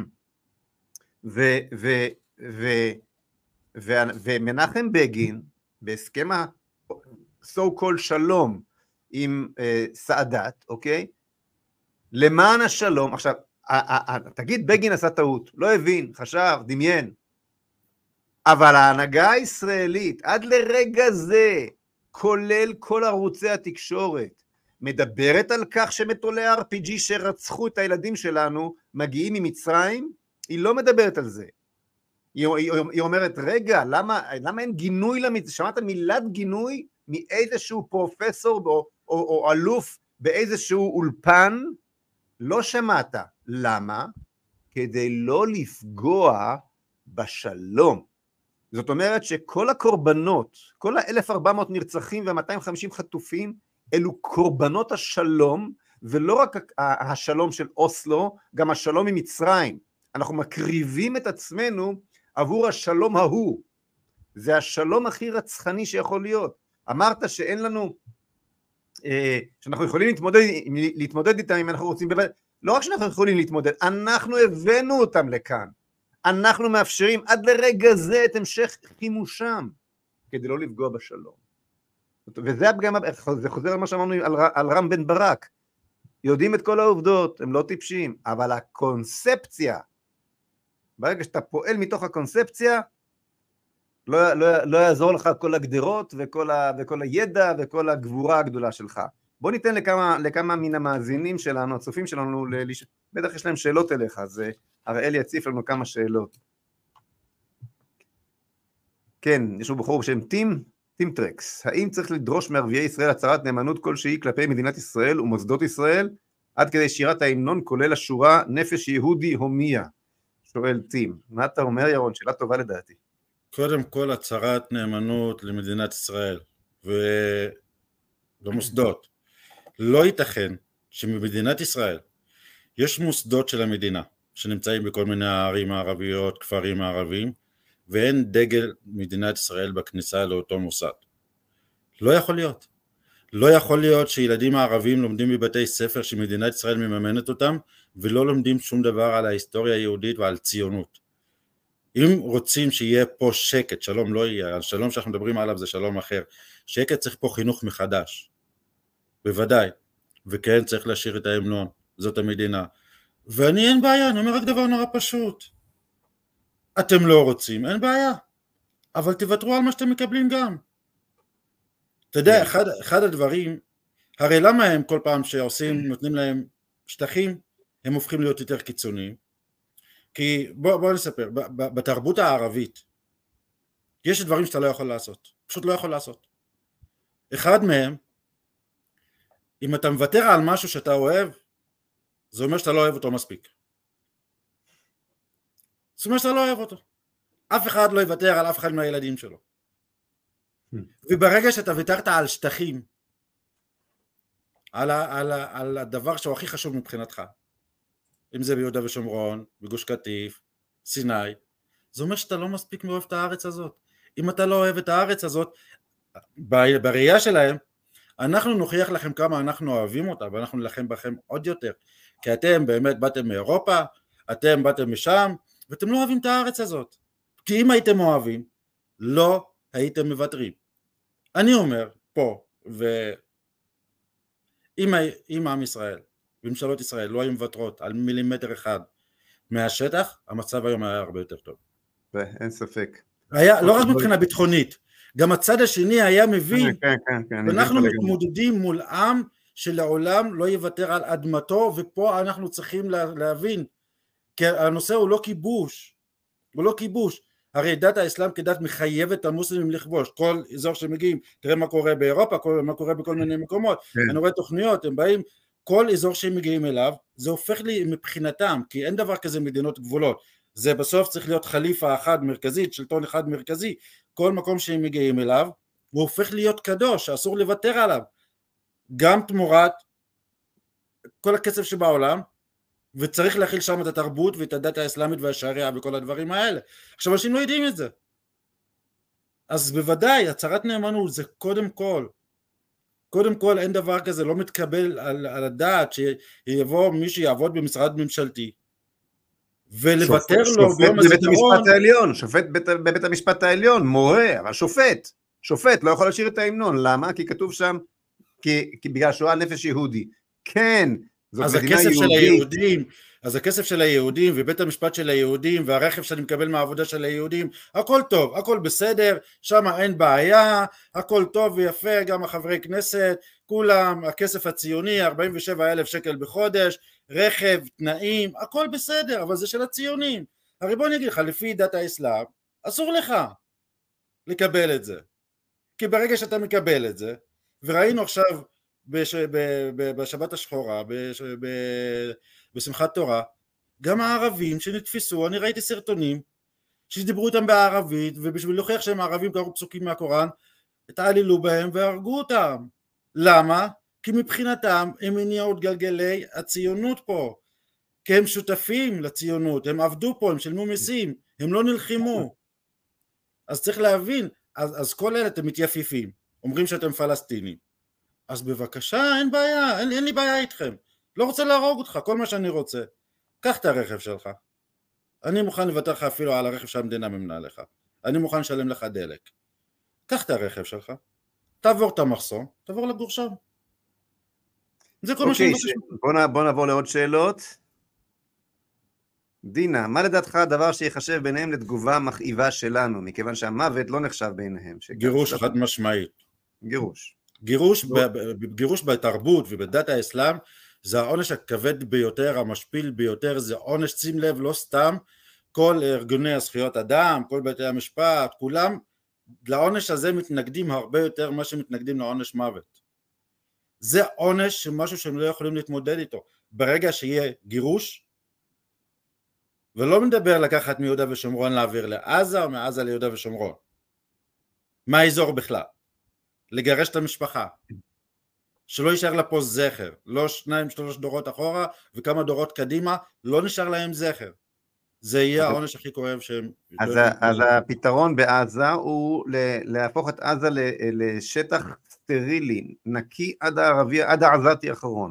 ומנחם בגין בהסכם ה-so called שלום עם סעדת, אוקיי? למען השלום, עכשיו, תגיד בגין עשה טעות, לא הבין, חשב, דמיין, אבל ההנהגה הישראלית עד לרגע זה, כולל כל ערוצי התקשורת, מדברת על כך שמטולי ה-RPG שרצחו את הילדים שלנו מגיעים ממצרים, היא לא מדברת על זה. היא אומרת, רגע, למה אין גינוי שמעת מילת גינוי מאיזשהו פרופסור או אלוף באיזשהו אולפן? לא שמעת. למה? כדי לא לפגוע בשלום. זאת אומרת שכל הקורבנות, כל ה-1400 נרצחים וה-250 חטופים, אלו קורבנות השלום, ולא רק השלום של אוסלו, גם השלום עם מצרים. אנחנו מקריבים את עצמנו עבור השלום ההוא. זה השלום הכי רצחני שיכול להיות. אמרת שאין לנו, שאנחנו יכולים להתמודד איתם אם אנחנו רוצים, לא רק שאנחנו יכולים להתמודד, אנחנו הבאנו אותם לכאן. אנחנו מאפשרים עד לרגע זה את המשך חימושם, כדי לא לפגוע בשלום. וזה גם, זה חוזר על מה שאמרנו על רם בן ברק. יודעים את כל העובדות, הם לא טיפשים, אבל הקונספציה ברגע שאתה פועל מתוך הקונספציה, לא יעזור לך כל הגדרות וכל הידע וכל הגבורה הגדולה שלך. בוא ניתן לכמה מן המאזינים שלנו, הצופים שלנו, בטח יש להם שאלות אליך, אז הראל יציף לנו כמה שאלות. כן, יש לנו בחור בשם טים טרקס. האם צריך לדרוש מערביי ישראל הצהרת נאמנות כלשהי כלפי מדינת ישראל ומוסדות ישראל, עד כדי שירת ההמנון כולל השורה נפש יהודי הומיה? שואל טים. מה אתה אומר, ירון? שאלה טובה לדעתי. קודם כל הצהרת נאמנות למדינת ישראל ולמוסדות. לא ייתכן שממדינת ישראל יש מוסדות של המדינה שנמצאים בכל מיני ערים הערביות, כפרים הערביים, ואין דגל מדינת ישראל בכניסה לאותו מוסד. לא יכול להיות. לא יכול להיות שילדים הערבים לומדים בבתי ספר שמדינת ישראל מממנת אותם, ולא לומדים שום דבר על ההיסטוריה היהודית ועל ציונות. אם רוצים שיהיה פה שקט, שלום לא יהיה, השלום שאנחנו מדברים עליו זה שלום אחר, שקט צריך פה חינוך מחדש, בוודאי, וכן צריך להשאיר את ההמנון, זאת המדינה, ואני אין בעיה, אני אומר רק דבר נורא פשוט, אתם לא רוצים, אין בעיה, אבל תוותרו על מה שאתם מקבלים גם. אתה יודע, אחד הדברים, הרי למה הם כל פעם שעושים, נותנים להם שטחים, הם הופכים להיות יותר קיצוניים? כי בוא נספר, בתרבות הערבית, יש דברים שאתה לא יכול לעשות, פשוט לא יכול לעשות. אחד מהם, אם אתה מוותר על משהו שאתה אוהב, זה אומר שאתה לא אוהב אותו מספיק. זאת אומרת שאתה לא אוהב אותו. אף אחד לא יוותר על אף אחד מהילדים שלו. וברגע שאתה ויתרת על שטחים, על הדבר שהוא הכי חשוב מבחינתך, אם זה ביהודה ושומרון, בגוש קטיף, סיני, זה אומר שאתה לא מספיק מאוהב את הארץ הזאת. אם אתה לא אוהב את הארץ הזאת, בראייה שלהם, אנחנו נוכיח לכם כמה אנחנו אוהבים אותה, ואנחנו נלחם בכם עוד יותר, כי אתם באמת באתם מאירופה, אתם באתם משם, ואתם לא אוהבים את הארץ הזאת. כי אם הייתם אוהבים, לא הייתם מוותרים. אני אומר פה, ואם עם ישראל, וממשלות ישראל לא היו מוותרות על מילימטר אחד מהשטח, המצב היום היה הרבה יותר טוב. אין ספק. היה, לא רק מבחינה ביטחונית, גם הצד השני היה מבין, ואנחנו מתמודדים מול עם שלעולם לא יוותר על אדמתו, ופה אנחנו צריכים להבין, כי הנושא הוא לא כיבוש, הוא לא כיבוש, הרי דת האסלאם כדת מחייבת את המוסלמים לכבוש, כל אזור שמגיעים, תראה מה קורה באירופה, מה קורה בכל מיני מקומות, אני רואה תוכניות, הם באים, כל אזור שהם מגיעים אליו, זה הופך לי מבחינתם, כי אין דבר כזה מדינות גבולות, זה בסוף צריך להיות חליפה אחת מרכזית, שלטון אחד מרכזי, כל מקום שהם מגיעים אליו, הוא הופך להיות קדוש, אסור לוותר עליו, גם תמורת כל הכסף שבעולם, וצריך להכיל שם את התרבות ואת הדת האסלאמית והשריעה וכל הדברים האלה. עכשיו אנשים לא יודעים את זה. אז בוודאי, הצהרת נאמנות זה קודם כל אין דבר כזה, לא מתקבל על הדעת שיבוא מי שיעבוד במשרד ממשלתי, ולוותר לו ביום הזיכרון. שופט בבית המשפט העליון, מורה, אבל שופט לא יכול להשאיר את ההמנון, למה? כי כתוב שם, כי בגלל שואה נפש יהודי, כן, אז הכסף של היהודים, אז הכסף של היהודים ובית המשפט של היהודים והרכב שאני מקבל מהעבודה של היהודים, הכל טוב, הכל בסדר, שם אין בעיה, הכל טוב ויפה, גם החברי כנסת, כולם, הכסף הציוני, 47,000 שקל בחודש, רכב, תנאים, הכל בסדר, אבל זה של הציונים. הרי בוא נגיד לך, לפי דת האסלאם, אסור לך לקבל את זה, כי ברגע שאתה מקבל את זה, וראינו עכשיו, בשבת השחורה, בשמחת תורה, גם הערבים שנתפסו, אני ראיתי סרטונים שדיברו איתם בערבית, ובשביל להוכיח שהם הערבים קראו פסוקים מהקוראן, התעללו בהם והרגו אותם. למה? כי מבחינתם הם הניעו את גלגלי הציונות פה, כי הם שותפים לציונות, הם עבדו פה, הם שלמו מיסים, הם לא נלחמו. אז צריך להבין, אז כל אלה אתם מתייפיפים, אומרים שאתם פלסטינים, אז בבקשה, אין בעיה, אין לי בעיה איתכם, לא רוצה להרוג אותך, כל מה שאני רוצה, קח את הרכב שלך, אני מוכן לוותר לך אפילו על הרכב שהמדינה ממנה לך, אני מוכן לשלם לך דלק, קח את הרכב שלך, תעבור את המחסום, תעבור לגור שם. זה כל מה שאני מבקש. בוא נעבור לעוד שאלות. דינה, מה לדעתך הדבר שיחשב ביניהם לתגובה מכאיבה שלנו, מכיוון שהמוות לא נחשב ביניהם? גירוש חד משמעית. גירוש. גירוש בתרבות ובדת האסלאם זה העונש הכבד ביותר, המשפיל ביותר, זה עונש, שים לב, לא סתם, כל ארגוני הזכויות אדם, כל בתי המשפט, כולם לעונש הזה מתנגדים הרבה יותר מה שמתנגדים לעונש מוות. זה עונש שמשהו שהם לא יכולים להתמודד איתו. ברגע שיהיה גירוש, ולא מדבר לקחת מיהודה ושומרון להעביר לעזה או מעזה ליהודה ושומרון, מה האזור בכלל? לגרש את המשפחה, שלא יישאר לה פה זכר, לא 2-3 דורות אחורה וכמה דורות קדימה, לא נשאר להם זכר. זה יהיה העונש הכי כואב שהם... אז הפתרון בעזה הוא להפוך את עזה לשטח סטרילי, נקי עד העזתי האחרון.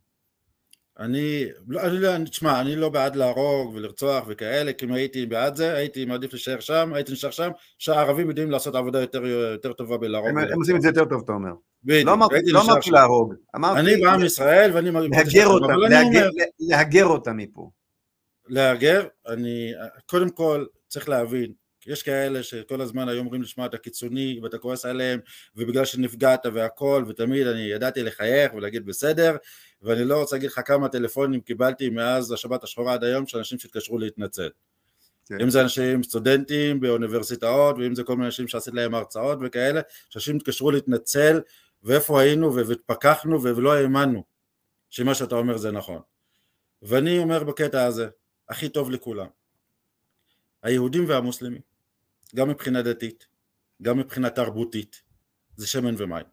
תשמע, אני לא בעד להרוג ולרצוח וכאלה, כי אם הייתי בעד זה, הייתי מעדיף להישאר שם, הייתי נשאר שם, שהערבים יודעים לעשות עבודה יותר טובה בלהרוג. הם עושים את זה יותר טוב, אתה אומר. לא אמרתי להרוג. אני בעם ישראל ואני... להגר אותם מפה. להגר, קודם כל צריך להבין, יש כאלה שכל הזמן היו אומרים לשמוע את הקיצוני ואתה כועס עליהם ובגלל שנפגעת והכל, ותמיד אני ידעתי לחייך ולהגיד בסדר, ואני לא רוצה להגיד לך כמה טלפונים קיבלתי מאז השבת השחורה עד היום שאנשים שהתקשרו להתנצל. אם זה אנשים סטודנטים באוניברסיטאות, ואם זה כל מיני אנשים שעשית להם הרצאות וכאלה, שאנשים התקשרו להתנצל ואיפה היינו והתפכחנו ולא האמנו שמה שאתה אומר זה נכון. ואני אומר בקטע הזה, הכי טוב לכולם, היהודים והמוסלמים, גם מבחינה דתית, גם מבחינה תרבותית, זה שמן ומים.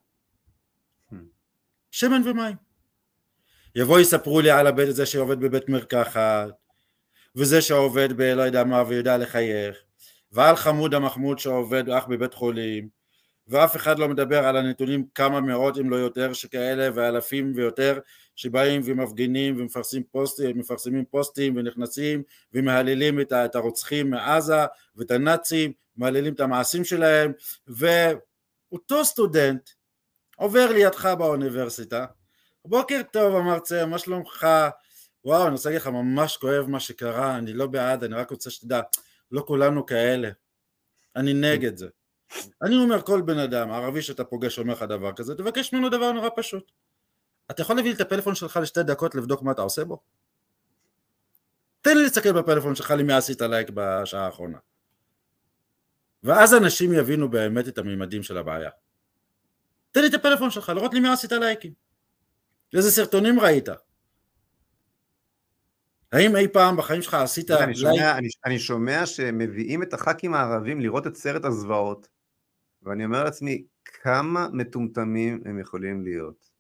שמן ומים. יבוא יספרו לי על הבית הזה שעובד בבית מרקחת, וזה שעובד בלא יודע מה ויודע לחייך, ועל חמוד המחמוד שעובד אך בבית חולים, ואף אחד לא מדבר על הנתונים כמה מאות אם לא יותר שכאלה, ואלפים ויותר שבאים ומפגינים ומפרסמים פוסטים ונכנסים ומהללים את הרוצחים מעזה ואת הנאצים, מהללים את המעשים שלהם, ואותו סטודנט עובר לידך באוניברסיטה, בוקר טוב המרצה, מה שלומך? וואו, אני רוצה להגיד לך, ממש כואב מה שקרה, אני לא בעד, אני רק רוצה שתדע, לא כולנו כאלה, אני נגד זה. אני אומר, כל בן אדם, ערבי שאתה פוגש אומר לך דבר כזה, תבקש ממנו דבר נורא פשוט. אתה יכול להביא את הפלאפון שלך ל2 דקות לבדוק מה אתה עושה בו? תן לי לצקל בפלאפון שלך למי עשית לייק בשעה האחרונה. ואז אנשים יבינו באמת את הממדים של הבעיה. תן לי את הפלאפון שלך, לראות למי עשית לייקים. איזה סרטונים ראית? האם אי פעם בחיים שלך עשית לייק? אני שומע שמביאים את הח"כים הערבים לראות את סרט הזוועות, ואני אומר לעצמי, כמה מטומטמים הם יכולים להיות?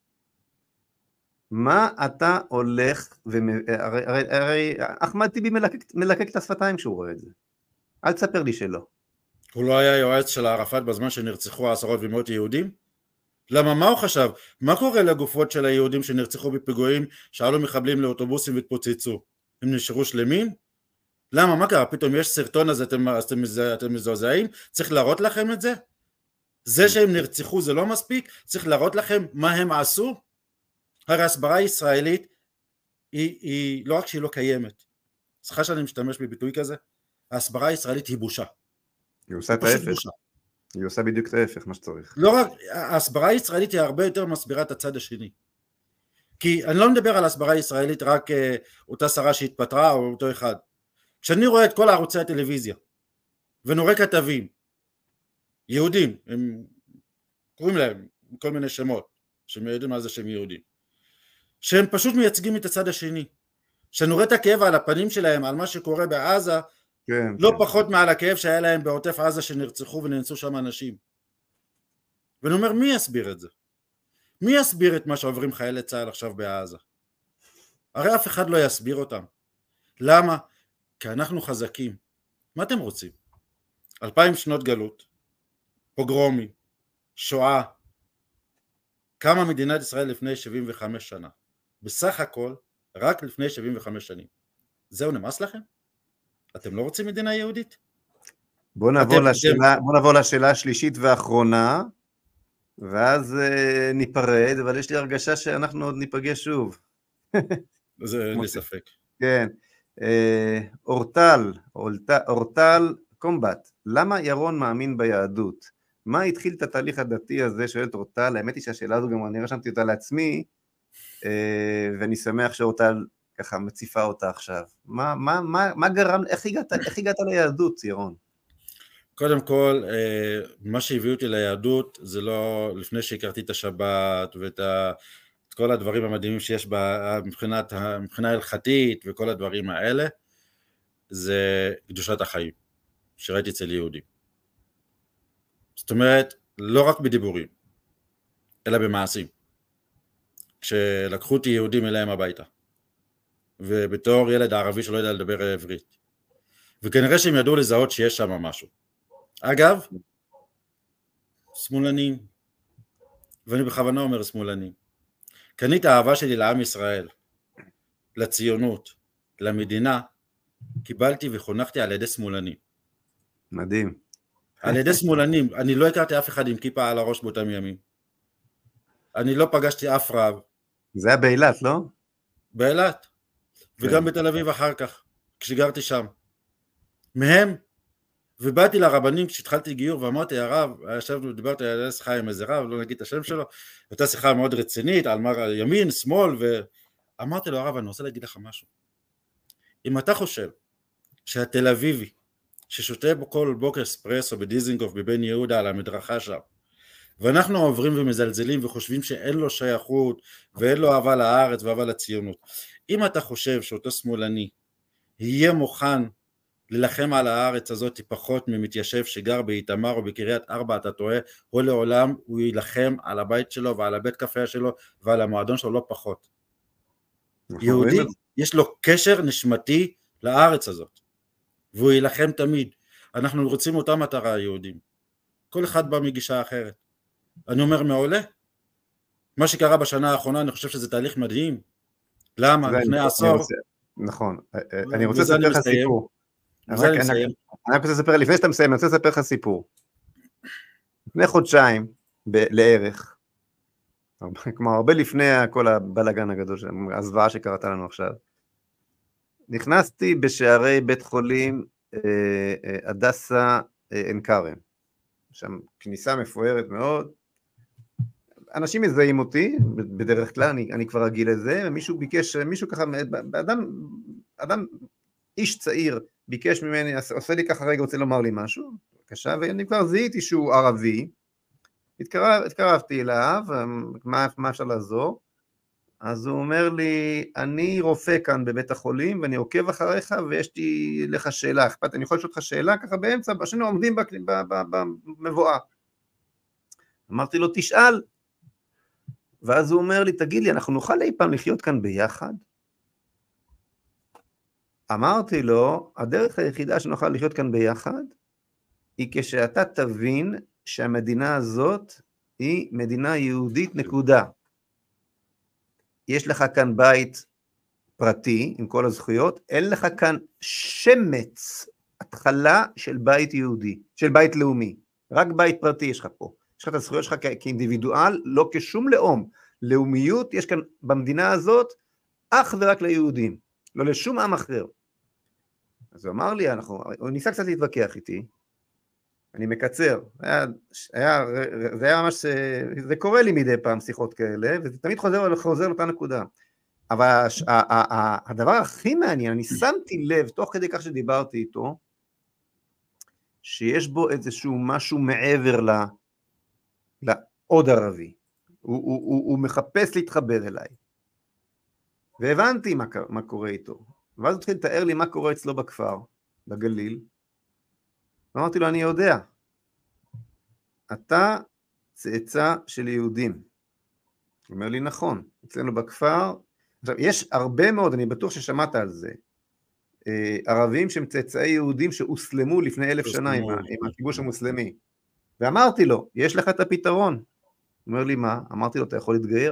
מה אתה הולך, הרי אחמד טיבי מלקק את השפתיים כשהוא רואה את זה. אל תספר לי שלא. הוא לא היה יועץ של ערפאת בזמן שנרצחו עשרות ומאות יהודים? למה, מה הוא חשב? מה קורה לגופות של היהודים שנרצחו בפיגועים, שעלו מחבלים לאוטובוסים והתפוצצו? הם נשארו שלמים? למה, מה קרה? פתאום יש סרטון הזה, אתם מזועזעים? צריך להראות לכם את זה? זה שהם נרצחו זה לא מספיק? צריך להראות לכם מה הם עשו? הרי הסברה הישראלית היא לא רק שהיא לא קיימת, סליחה שאני משתמש בביטוי כזה, ההסברה הישראלית היא בושה. היא עושה את ההפך. היא עושה בדיוק את ההפך, מה שצריך. לא רק, ההסברה הישראלית היא הרבה יותר מסבירה את הצד השני. כי אני לא מדבר על ההסברה הישראלית רק אותה שרה שהתפטרה או אותו אחד. כשאני רואה את כל ערוצי הטלוויזיה, ונורא כתבים, יהודים, הם קוראים להם כל מיני שמות, שהם יודעים מה זה שהם יהודים, שהם פשוט מייצגים את הצד השני. שאני רואה את הכאב על הפנים שלהם, על מה שקורה בעזה, כן, לא כן. פחות מעל הכאב שהיה להם בעוטף עזה שנרצחו וננסו שם אנשים. ואני אומר, מי יסביר את זה? מי יסביר את מה שעוברים חיילי צה"ל עכשיו בעזה? הרי אף אחד לא יסביר אותם. למה? כי אנחנו חזקים. מה אתם רוצים? 2000 שנות גלות, פוגרומי, שואה, קמה מדינת ישראל לפני 75 שנה. בסך הכל, רק לפני 75 שנים. זהו, נמאס לכם? אתם לא רוצים מדינה יהודית? בוא נעבור לשאלה השלישית והאחרונה, ואז ניפרד, אבל יש לי הרגשה שאנחנו עוד ניפגש שוב. זה אין לי ספק. כן. אורטל קומבט, למה ירון מאמין ביהדות? מה התחיל את התהליך הדתי הזה? שואלת אורטל, האמת היא שהשאלה הזו גם אני רשמתי אותה לעצמי, ואני שמח שאורטל ככה מציפה אותה עכשיו. מה גרם, איך הגעת ליהדות, ירון? קודם כל, מה שהביא אותי ליהדות זה לא לפני שהכרתי את השבת ואת כל הדברים המדהימים שיש מבחינה הלכתית וכל הדברים האלה, זה קדושת החיים שראיתי אצל יהודים. זאת אומרת, לא רק בדיבורים, אלא במעשים. כשלקחו אותי יהודים אליהם הביתה, ובתור ילד ערבי שלא יודע לדבר עברית, וכנראה שהם ידעו לזהות שיש שם משהו. אגב, שמאלנים, ואני בכוונה אומר שמאלנים, קנית האהבה שלי לעם ישראל, לציונות, למדינה, קיבלתי וחונכתי על ידי שמאלנים. מדהים. על ידי שמאלנים, אני לא הכרתי אף אחד עם כיפה על הראש באותם ימים. אני לא פגשתי אף רב. זה היה באילת, לא? באילת, וגם בתל אביב אחר כך, כשגרתי שם. מהם, ובאתי לרבנים כשהתחלתי גיור ואמרתי, הרב, ישבנו, דיברתי על שיחה עם איזה רב, לא נגיד את השם שלו, הייתה שיחה מאוד רצינית, על ימין, שמאל, ואמרתי לו, הרב, אני רוצה להגיד לך משהו. אם אתה חושב שהתל אביבי, ששותה כל בוקר אספרסו בדיזינגוף בבן יהודה על המדרכה שם, ואנחנו עוברים ומזלזלים וחושבים שאין לו שייכות ואין לו אהבה לארץ ואהבה לציונות, אם אתה חושב שאותו שמאלני יהיה מוכן ללחם על הארץ הזאת פחות ממתיישב שגר באיתמר או בקריית ארבע, אתה טועה, או לעולם הוא ילחם על הבית שלו ועל הבית קפה שלו ועל המועדון שלו לא פחות. יהודי יש לו קשר נשמתי לארץ הזאת, והוא ילחם תמיד. אנחנו רוצים אותה מטרה היהודים, כל אחד בא מגישה אחרת. אני אומר מעולה, מה שקרה בשנה האחרונה אני חושב שזה תהליך מדהים. למה? לפני עשור. נכון, אני רוצה לספר לך סיפור. אני רוצה לספר, לפני שאתה מסיים, אני רוצה לספר לך סיפור. לפני חודשיים לערך, כלומר הרבה לפני כל הבלגן הגדול, הזוועה שקרתה לנו עכשיו, נכנסתי בשערי בית חולים הדסה עין כרם, שם כניסה מפוארת מאוד, אנשים מזהים אותי, בדרך כלל אני כבר רגיל לזה, ומישהו ביקש, מישהו ככה, אדם, איש צעיר, ביקש ממני, עושה לי ככה רגע, רוצה לומר לי משהו, בבקשה, ואני כבר זיהיתי שהוא ערבי, התקרבתי אליו, מה אפשר לעזור? אז הוא אומר לי, אני רופא כאן בבית החולים, ואני עוקב אחריך, ויש לי לך שאלה, אכפת, אני יכול לשאול אותך שאלה, ככה באמצע, בשנו עומדים במבואה. אמרתי לו, תשאל. ואז הוא אומר לי, תגיד לי, אנחנו נוכל אי פעם לחיות כאן ביחד? אמרתי לו, הדרך היחידה שנוכל לחיות כאן ביחד, היא כשאתה תבין שהמדינה הזאת היא מדינה יהודית נקודה. יש לך כאן בית פרטי עם כל הזכויות, אין לך כאן שמץ, התחלה של בית יהודי, של בית לאומי, רק בית פרטי יש לך פה. יש לך את הזכויות שלך כאינדיבידואל, לא כשום לאום. לאומיות יש כאן במדינה הזאת אך ורק ליהודים, לא לשום עם אחר. אז הוא אמר לי, הוא ניסה קצת להתווכח איתי, אני מקצר, זה היה ממש, זה קורה לי מדי פעם שיחות כאלה, וזה תמיד חוזר לאותה נקודה. אבל הדבר הכי מעניין, אני שמתי לב, תוך כדי כך שדיברתי איתו, שיש בו איזשהו משהו מעבר לעוד ערבי, הוא מחפש להתחבר אליי, והבנתי מה קורה איתו, ואז הוא התחיל לתאר לי מה קורה אצלו בכפר, בגליל, ואמרתי לו, אני יודע, אתה צאצא של יהודים. הוא אומר לי, נכון, אצלנו בכפר, עכשיו, יש הרבה מאוד, אני בטוח ששמעת על זה, ערבים שהם צאצאי יהודים שהוסלמו לפני 1000 שנה עם הכיבוש המוסלמי. ואמרתי לו, יש לך את הפתרון. הוא אומר לי, מה? אמרתי לו, אתה יכול להתגייר.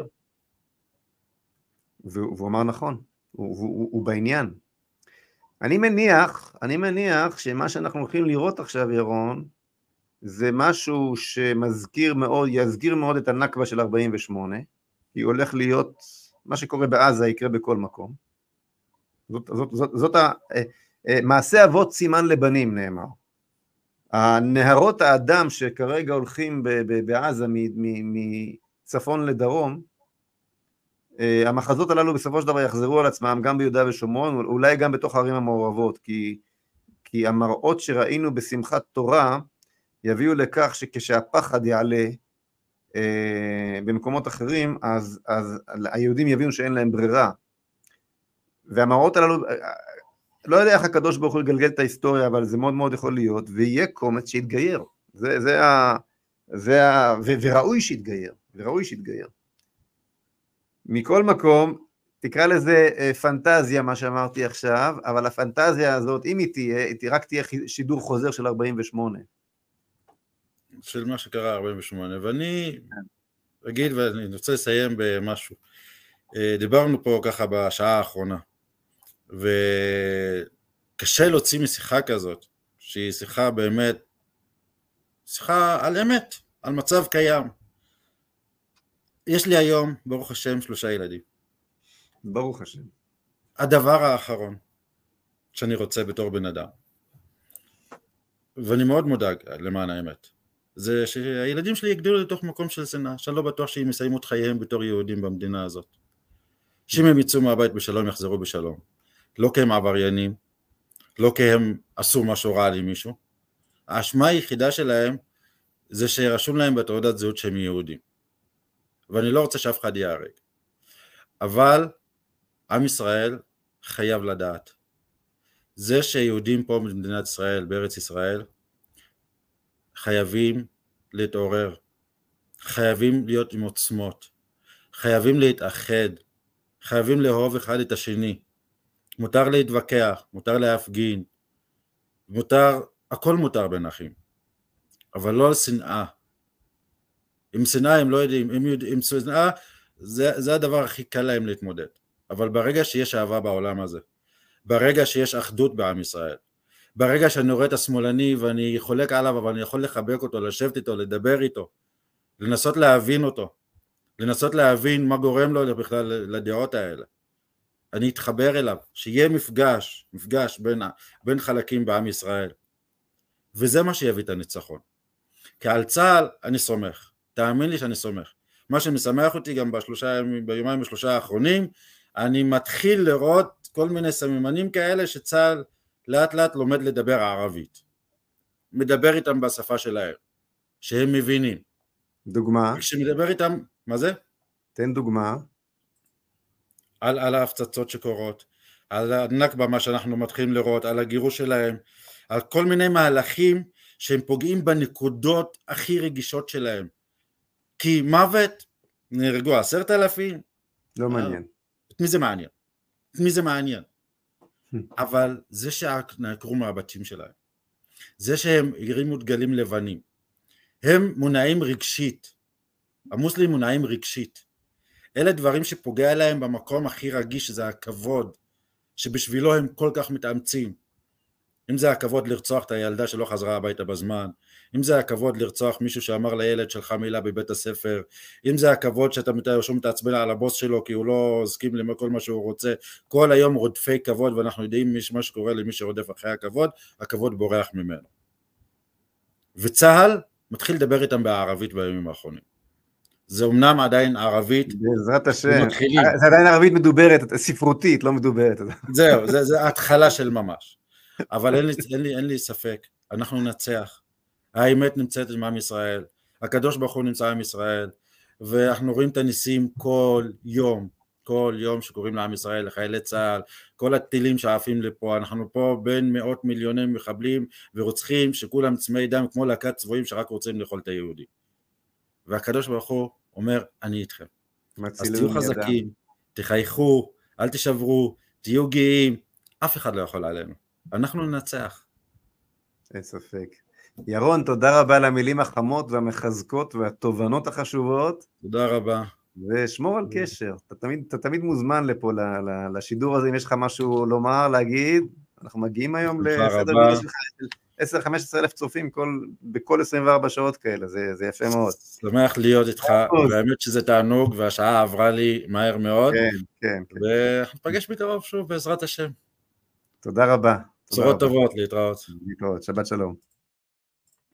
והוא אמר נכון, הוא בעניין. אני מניח שמה שאנחנו הולכים לראות עכשיו, ירון, זה משהו שמזכיר מאוד, יזכיר מאוד את הנכבה של 48, כי הולך להיות, מה שקורה בעזה יקרה בכל מקום. זאת מעשה אבות סימן לבנים נאמר. הנהרות האדם שכרגע הולכים בעזה מצפון לדרום, המחזות הללו בסופו של דבר יחזרו על עצמם גם ביהודה ושומרון, אולי גם בתוך הערים המעורבות, כי המראות שראינו בשמחת תורה יביאו לכך שכשהפחד יעלה במקומות אחרים, אז היהודים יבינו שאין להם ברירה. והמראות הללו, לא יודע איך הקדוש ברוך הוא יגלגל את ההיסטוריה, אבל זה מאוד מאוד יכול להיות, ויהיה קומץ שיתגייר. וראוי שיתגייר. מכל מקום, תקרא לזה פנטזיה, מה שאמרתי עכשיו, אבל הפנטזיה הזאת, אם היא רק תהיה שידור חוזר של 48. של מה שקרה 48, ואני אגיד, ואני רוצה לסיים במשהו. דיברנו פה ככה בשעה האחרונה, וקשה להוציא משיחה כזאת, שהיא שיחה באמת, שיחה על אמת, על מצב קיים. יש לי היום, ברוך השם, 3 ילדים. ברוך השם. הדבר האחרון שאני רוצה בתור בן אדם, ואני מאוד מודאג למען האמת, זה שהילדים שלי יגדלו לתוך מקום של שנאה, שאני לא בטוח שהם יסיימו את חייהם בתור יהודים במדינה הזאת. שאם הם יצאו מהבית בשלום, יחזרו בשלום. לא כי הם עבריינים, לא כי הם עשו משהו רע למישהו. האשמה היחידה שלהם זה שרשום להם בתעודת זהות שהם יהודים. ואני לא רוצה שאף אחד יהרג. אבל עם ישראל חייב לדעת. זה שיהודים פה במדינת ישראל, בארץ ישראל, חייבים להתעורר, חייבים להיות עם עוצמות, חייבים להתאחד, חייבים לאהוב אחד את השני. מותר להתווכח, מותר להפגין, הכל מותר בין אחים, אבל לא על שנאה. עם שנאה הם לא יודעים, עם שנאה זה הדבר הכי קל להם להתמודד. אבל ברגע שיש אהבה בעולם הזה, ברגע שיש אחדות בעם ישראל, ברגע שאני רואה את השמאלני ואני חולק עליו, אבל אני יכול לחבק אותו, לשבת איתו, לדבר איתו, לנסות להבין אותו, לנסות להבין מה גורם לו בכלל לדעות האלה. אני אתחבר אליו, שיהיה מפגש בין חלקים בעם ישראל. וזה מה שיביא את הניצחון. כי על צה"ל אני סומך, תאמין לי שאני סומך. מה שמשמח אותי גם ביומיים ושלושה האחרונים, אני מתחיל לראות כל מיני סממנים כאלה שצה"ל לאט לאט לומד לדבר ערבית. מדבר איתם בשפה שלהם, שהם מבינים. דוגמה? כשמדבר איתם, מה זה? תן דוגמה. על ההפצצות שקורות, על הנכבה מה שאנחנו מתחילים לראות, על הגירוש שלהם, על כל מיני מהלכים שהם פוגעים בנקודות הכי רגישות שלהם. כי מוות, נהרגו 10,000, לא מעניין. את מי זה מעניין? את מי זה מעניין? אבל זה שנעקרו מהבתים שלהם, זה שהם הרימו דגלים לבנים, הם מונעים רגשית, המוסלמים מונעים רגשית, אלה דברים שפוגע להם במקום הכי רגיש, שזה הכבוד, שבשבילו הם כל כך מתאמצים. אם זה הכבוד לרצוח את הילדה שלא חזרה הביתה בזמן, אם זה הכבוד לרצוח מישהו שאמר לילד שלך מילה בבית הספר, אם זה הכבוד שאתה מתעצבן על הבוס שלו כי הוא לא הסכים לכל מה שהוא רוצה, כל היום רודפי כבוד, ואנחנו יודעים מה שקורה למי שרודף אחרי הכבוד, הכבוד בורח ממנו. וצה"ל מתחיל לדבר איתם בערבית בימים האחרונים. זה אמנם עדיין ערבית, בעזרת השם, זה עדיין ערבית מדוברת, ספרותית, לא מדוברת. זהו, זה התחלה של ממש. אבל אין לי ספק, אנחנו נצח, האמת נמצאת עם עם ישראל, הקדוש ברוך הוא נמצא עם ישראל, ואנחנו רואים את הניסים כל יום שקוראים לעם ישראל, לחיילי צה"ל, כל הטילים שעפים לפה, אנחנו פה בין מאות מיליוני מחבלים ורוצחים שכולם צמאי דם כמו להקת צבועים שרק רוצים לאכול את היהודי. והקדוש ברוך הוא אומר, אני איתכם. אז תהיו חזקים, תחייכו, אל תשברו, תהיו גאים, אף אחד לא יכול עלינו. אנחנו ננצח. אין ספק. ירון, תודה רבה על המילים החמות והמחזקות והתובנות החשובות. תודה רבה. ושמור על קשר. אתה תמיד מוזמן לפה, לשידור הזה, אם יש לך משהו לומר, להגיד. אנחנו מגיעים היום לסדר גודל 10-15 אלף צופים בכל 24 שעות כאלה, זה יפה מאוד. שמח להיות איתך, והאמת שזה תענוג, והשעה עברה לי מהר מאוד, כן. ואנחנו נפגש בקרוב שוב בעזרת השם. תודה רבה. בשורות טובות, להתראות. שבת שלום.